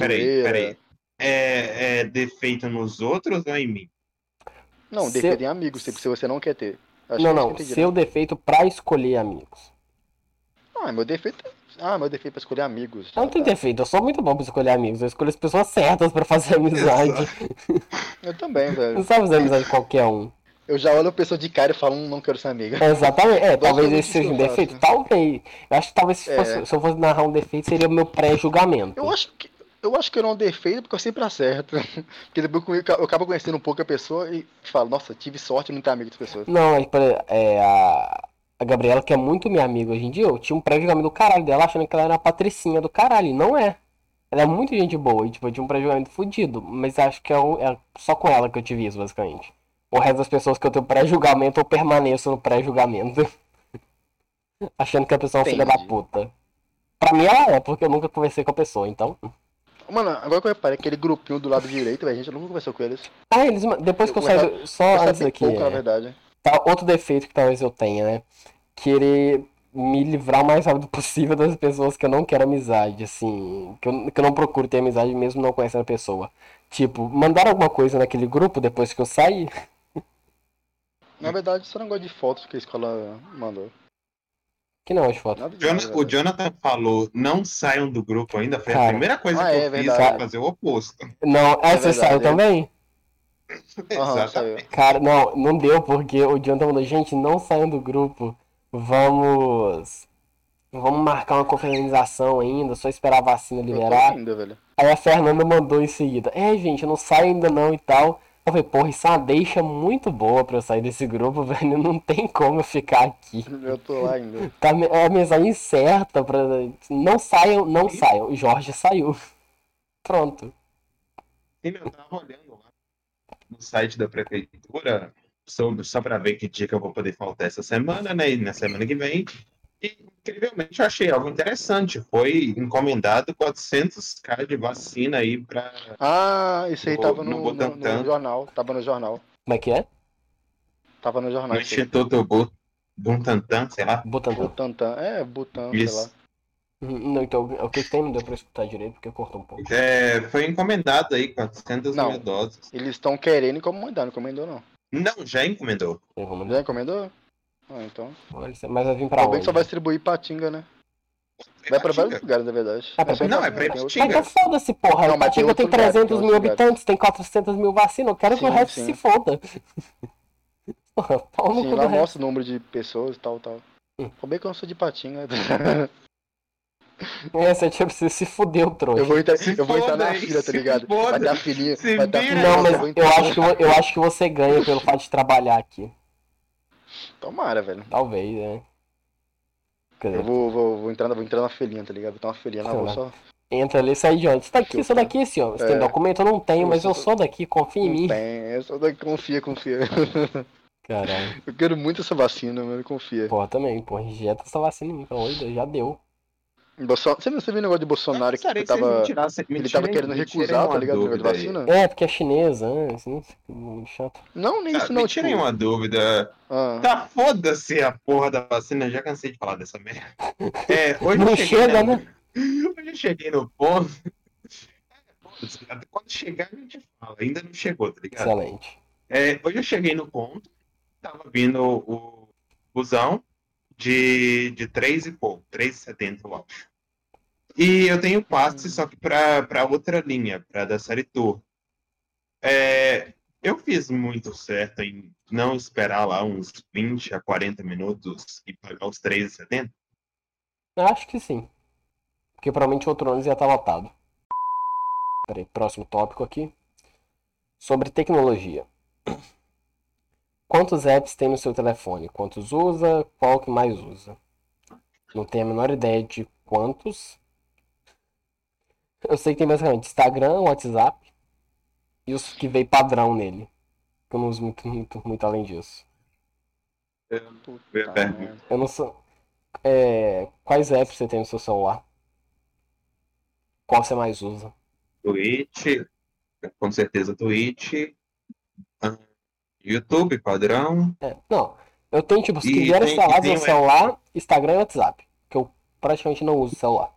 Speaker 3: É defeito nos outros ou em mim?
Speaker 4: Não, defeito em amigos, se você não quer ter.
Speaker 1: Não, seu defeito pra escolher amigos.
Speaker 4: Meu defeito pra escolher amigos.
Speaker 1: Eu não tenho defeito, eu sou muito bom pra escolher amigos. Eu escolho as pessoas certas pra fazer amizade.
Speaker 4: Eu também, velho.
Speaker 1: Não sabe fazer amizade com qualquer um.
Speaker 4: Eu já olho a pessoa de cara e falo, não quero ser amiga.
Speaker 1: Exatamente, talvez esse seja um defeito. Talvez. Eu acho que talvez se eu fosse narrar um defeito, seria o meu pré-julgamento.
Speaker 4: Eu acho que eu não defeito porque eu sempre acerto. Porque depois eu acabo conhecendo um pouco a pessoa e falo, nossa, tive sorte de não ter amigo das pessoas.
Speaker 1: Não, a Gabriela, que é muito minha amiga hoje em dia, eu tinha um pré-julgamento do caralho dela, achando que ela era a patricinha do caralho, e não é. Ela é muito gente boa, e eu tinha um pré-julgamento fudido, mas acho que é só com ela que eu tive isso, basicamente. O resto das pessoas que eu tenho pré-julgamento, eu permaneço no pré-julgamento. Achando que a pessoa é uma filha da puta. Pra mim ela é, porque eu nunca conversei com a pessoa, então...
Speaker 4: Mano, agora que eu reparei, aquele grupinho do lado direito, a gente nunca conversou com eles.
Speaker 1: Depois que eu saio, só antes daqui...
Speaker 4: pouco, na verdade.
Speaker 1: Tá, outro defeito que talvez eu tenha, né? Querer me livrar o mais rápido possível das pessoas que eu não quero amizade, assim... Que eu não procuro ter amizade mesmo não conhecendo a pessoa. Tipo, mandar alguma coisa naquele grupo depois que eu sair...
Speaker 4: Na verdade, você não gosta de fotos que a escola mandou.
Speaker 1: Que não é de foto.
Speaker 3: O Jonathan falou, não saiam do grupo ainda. Foi a primeira coisa que eu fiz pra fazer o oposto.
Speaker 1: Não, você saiu também?
Speaker 3: Exatamente.
Speaker 1: Cara, não deu, porque o Jonathan falou, gente, não saiam do grupo. Vamos marcar uma confraternização ainda, só esperar a vacina liberar.
Speaker 4: Ainda, velho.
Speaker 1: Aí a Fernanda mandou em seguida, gente, eu não saio ainda não e tal. Eu falei, porra, isso é uma deixa muito boa pra eu sair desse grupo, velho. Não tem como eu ficar aqui.
Speaker 4: Eu tô lá ainda.
Speaker 1: Tá a mensagem certa pra... Não saiam. O Jorge saiu. Pronto.
Speaker 3: Sim, eu tava olhando lá no site da prefeitura só para ver que dia que eu vou poder faltar essa semana, né? E na semana que vem. E, incrivelmente, eu achei algo interessante. Foi encomendado 400k de vacina aí para
Speaker 4: Ah, isso aí tava
Speaker 3: no
Speaker 4: no
Speaker 3: Butantan,
Speaker 4: jornal. Tava no jornal.
Speaker 1: Como é que é?
Speaker 4: Tava no jornal
Speaker 3: no
Speaker 4: isso aí.
Speaker 3: Instituto Butantan, sei lá.
Speaker 1: Butantan.
Speaker 4: Butantan. É, Butan, sei lá.
Speaker 3: Isso.
Speaker 1: Não, então, o que tem? Não deu pra escutar direito porque cortou um pouco.
Speaker 3: Foi encomendado aí 400
Speaker 4: Não.
Speaker 3: mil doses.
Speaker 4: Eles estão querendo encomendar, não encomendou não.
Speaker 3: Não, já encomendou.
Speaker 4: Já encomendou? Ah, então.
Speaker 1: Mas vai vir pra
Speaker 4: Ainda bem
Speaker 1: onde?
Speaker 4: que só vai distribuir Patinga, né?
Speaker 3: É
Speaker 4: Vai pra
Speaker 3: Patinga?
Speaker 4: vários lugares, na verdade.
Speaker 1: Ah, pra
Speaker 4: só em
Speaker 3: Não, é
Speaker 4: Patinga,
Speaker 3: pra
Speaker 4: tem outros
Speaker 3: Ipatinga.
Speaker 1: Então
Speaker 4: lugares.
Speaker 1: foda-se, porra.
Speaker 4: Não,
Speaker 1: O
Speaker 4: mas tem
Speaker 1: Patinga tem
Speaker 4: outros lugares,
Speaker 1: 300
Speaker 4: tem
Speaker 1: mil
Speaker 4: outros lugares.
Speaker 1: habitantes, tem 400 mil vacinas. Eu quero que o
Speaker 4: Sim,
Speaker 1: resto
Speaker 4: sim.
Speaker 1: se foda. Porra, pau no
Speaker 4: Sim,
Speaker 1: cu do
Speaker 4: lá
Speaker 1: resto.
Speaker 4: mostra o número de pessoas e tal. Como bem que eu não sou de Patinga.
Speaker 1: Essa tipo, você se fudeu, trouxa.
Speaker 4: Eu vou entrar,
Speaker 3: Se
Speaker 4: eu vou entrar
Speaker 3: foda
Speaker 4: na
Speaker 3: aí,
Speaker 4: fila, tá
Speaker 3: se
Speaker 4: ligado?
Speaker 3: foda.
Speaker 4: Vai dar filinha,
Speaker 3: Se
Speaker 4: vai dar
Speaker 3: vira
Speaker 4: filinha,
Speaker 1: Não,
Speaker 3: aí.
Speaker 1: mas
Speaker 4: eu vou
Speaker 1: eu
Speaker 4: entrar.
Speaker 1: acho que você ganha pelo fato de trabalhar aqui.
Speaker 4: Tomara, velho.
Speaker 1: Talvez, né? Quer
Speaker 4: Eu
Speaker 1: dizer,
Speaker 4: vou entrar na filinha, tá ligado? Vou ter uma filinha lá,
Speaker 1: sei
Speaker 4: vou
Speaker 1: lá.
Speaker 4: só.
Speaker 1: Entra ali e sai de onde? Você tá aqui, sou
Speaker 4: Filtrar.
Speaker 1: daqui, senhor. Você
Speaker 4: É.
Speaker 1: tem documento? Eu não tenho, mas eu sou daqui, confia em
Speaker 4: Não
Speaker 1: mim.
Speaker 4: tem, eu só daqui, confia.
Speaker 1: Caralho.
Speaker 4: Eu quero muito essa vacina, mano, confia.
Speaker 1: Porra, também, porra, injeta essa vacina em mim, pelo amor de Deus, já deu.
Speaker 4: Você viu o negócio de
Speaker 3: Eu
Speaker 4: Bolsonaro que
Speaker 3: gostaria que vocês
Speaker 4: ele tava querendo
Speaker 3: me tirem
Speaker 4: recusar, tá
Speaker 3: uma
Speaker 4: ligado? O negócio de
Speaker 3: dúvida aí.
Speaker 4: vacina?
Speaker 1: É, porque é chinesa, assim, muito chato.
Speaker 4: Não, nem isso
Speaker 3: Me
Speaker 4: não,
Speaker 3: tirem
Speaker 4: tipo.
Speaker 3: uma dúvida.
Speaker 4: Ah,
Speaker 3: Tá, foda-se a porra da vacina, eu já cansei de falar dessa merda. Hoje
Speaker 1: Não
Speaker 3: eu cheguei
Speaker 1: chega, né?
Speaker 3: Hoje eu cheguei no ponto. Foda-se, quando chegar a gente fala, ainda não chegou, tá ligado?
Speaker 1: Excelente.
Speaker 3: Hoje eu cheguei no ponto, tava vindo o busão de 3 e pouco, 3,70 eu acho. E eu tenho passe, só que pra outra linha, pra da série Tour. Eu fiz muito certo em não esperar lá uns 20 a 40 minutos e pagar os 3,70.
Speaker 1: Acho que sim. Porque provavelmente o outro ônibus ia estar lotado. Peraí, próximo tópico aqui. Sobre tecnologia. Quantos apps tem no seu telefone? Quantos usa? Qual que mais usa? Não tenho a menor ideia de quantos. Eu sei que tem basicamente Instagram, WhatsApp e os que veio padrão nele. Eu não uso muito além disso.
Speaker 4: puta merda.
Speaker 1: Eu não sou. Quais apps você tem no seu celular? Qual você mais usa?
Speaker 3: Twitch, com certeza Twitch, YouTube padrão.
Speaker 1: Não, eu tenho tipo, os que
Speaker 3: E
Speaker 1: vieram
Speaker 3: tem-
Speaker 1: instalados
Speaker 3: e tem
Speaker 1: no
Speaker 3: o
Speaker 1: celular, Instagram e WhatsApp. Que eu praticamente não uso celular.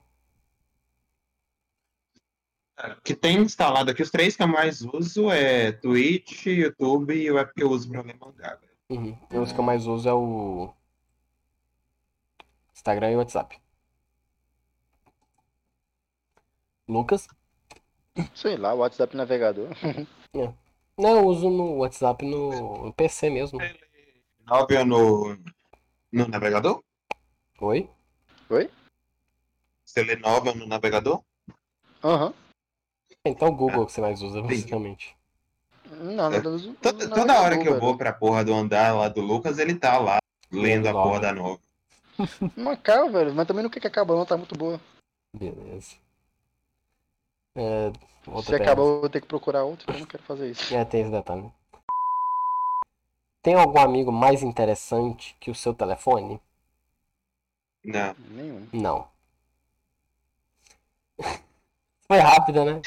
Speaker 3: Que tem instalado aqui, os três que eu mais uso é Twitch, YouTube e o app que eu uso pra ler mangá.
Speaker 1: Uhum. Os que eu mais uso é o Instagram e o WhatsApp. Lucas?
Speaker 4: Sei lá, WhatsApp navegador.
Speaker 1: Não, eu uso no WhatsApp no PC mesmo.
Speaker 3: Nove no navegador?
Speaker 1: Oi?
Speaker 4: Oi?
Speaker 3: Você lê Nova no navegador?
Speaker 4: Aham.
Speaker 1: Então o Google que você mais usa, basicamente.
Speaker 4: Não, não uso
Speaker 3: Toda hora que eu vou
Speaker 4: velho.
Speaker 3: pra porra do andar lá do Lucas, ele tá lá lendo a
Speaker 1: Nova.
Speaker 3: porra da Nova.
Speaker 4: Uma cara, velho, mas também não quer que acabe não, tá muito boa.
Speaker 1: Beleza.
Speaker 4: Se acabar, eu vou ter que procurar outro, eu não quero fazer isso.
Speaker 1: Tem esse detalhe. Tem algum amigo mais interessante que o seu telefone?
Speaker 3: Não.
Speaker 4: Nenhum.
Speaker 1: Não. Foi rápida, né?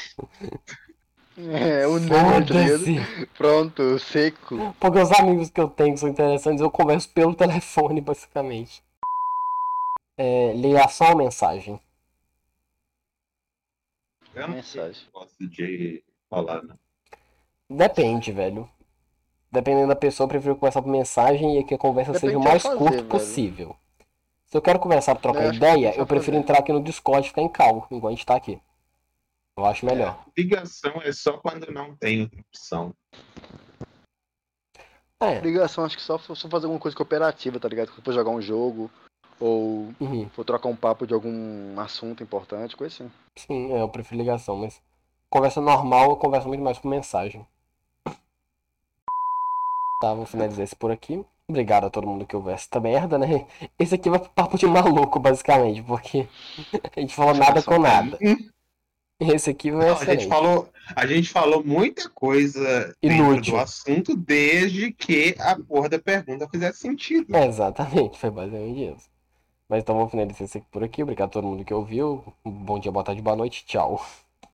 Speaker 4: O número, tá ligado?
Speaker 1: Foda-se.
Speaker 4: Pronto, seco.
Speaker 1: Porque os amigos que eu tenho que são interessantes, eu converso pelo telefone, basicamente. Ligação ou mensagem?
Speaker 3: Eu não
Speaker 4: Mensagem.
Speaker 3: gosto de falar, não.
Speaker 1: Depende, velho. Dependendo da pessoa, eu prefiro conversar por mensagem e que a conversa
Speaker 4: Depende
Speaker 1: seja o
Speaker 4: do que
Speaker 1: mais
Speaker 4: vai fazer,
Speaker 1: curto
Speaker 4: velho.
Speaker 1: possível. Se eu quero conversar pra trocar
Speaker 4: Eu acho que
Speaker 1: ideia,
Speaker 4: depende do que
Speaker 1: eu
Speaker 4: vai
Speaker 1: prefiro
Speaker 4: fazer.
Speaker 1: entrar aqui no Discord e ficar em call, enquanto a gente tá aqui. Eu acho melhor.
Speaker 3: Ligação é só quando não tem outra opção.
Speaker 4: Ligação, acho que só fazer alguma coisa cooperativa, tá ligado? For jogar um jogo, ou
Speaker 1: Uhum.
Speaker 4: for trocar um papo de algum assunto importante, coisa assim.
Speaker 1: Sim, eu prefiro ligação, mas conversa normal eu converso muito mais por mensagem. Tá, vou finalizar esse por aqui. Obrigado a todo mundo que ouviu essa merda, né? Esse aqui vai pro papo de maluco, basicamente, porque a gente falou nada com nada. Esse aqui vai
Speaker 3: Não,
Speaker 1: excelente.
Speaker 3: a gente falou muita coisa
Speaker 1: Inútil.
Speaker 3: dentro do assunto desde que a porra da pergunta fizesse sentido.
Speaker 1: Exatamente, foi basicamente isso. Mas então vamos finalizar esse aqui por aqui. Obrigado a todo mundo que ouviu. Bom dia, boa tarde, boa noite. Tchau.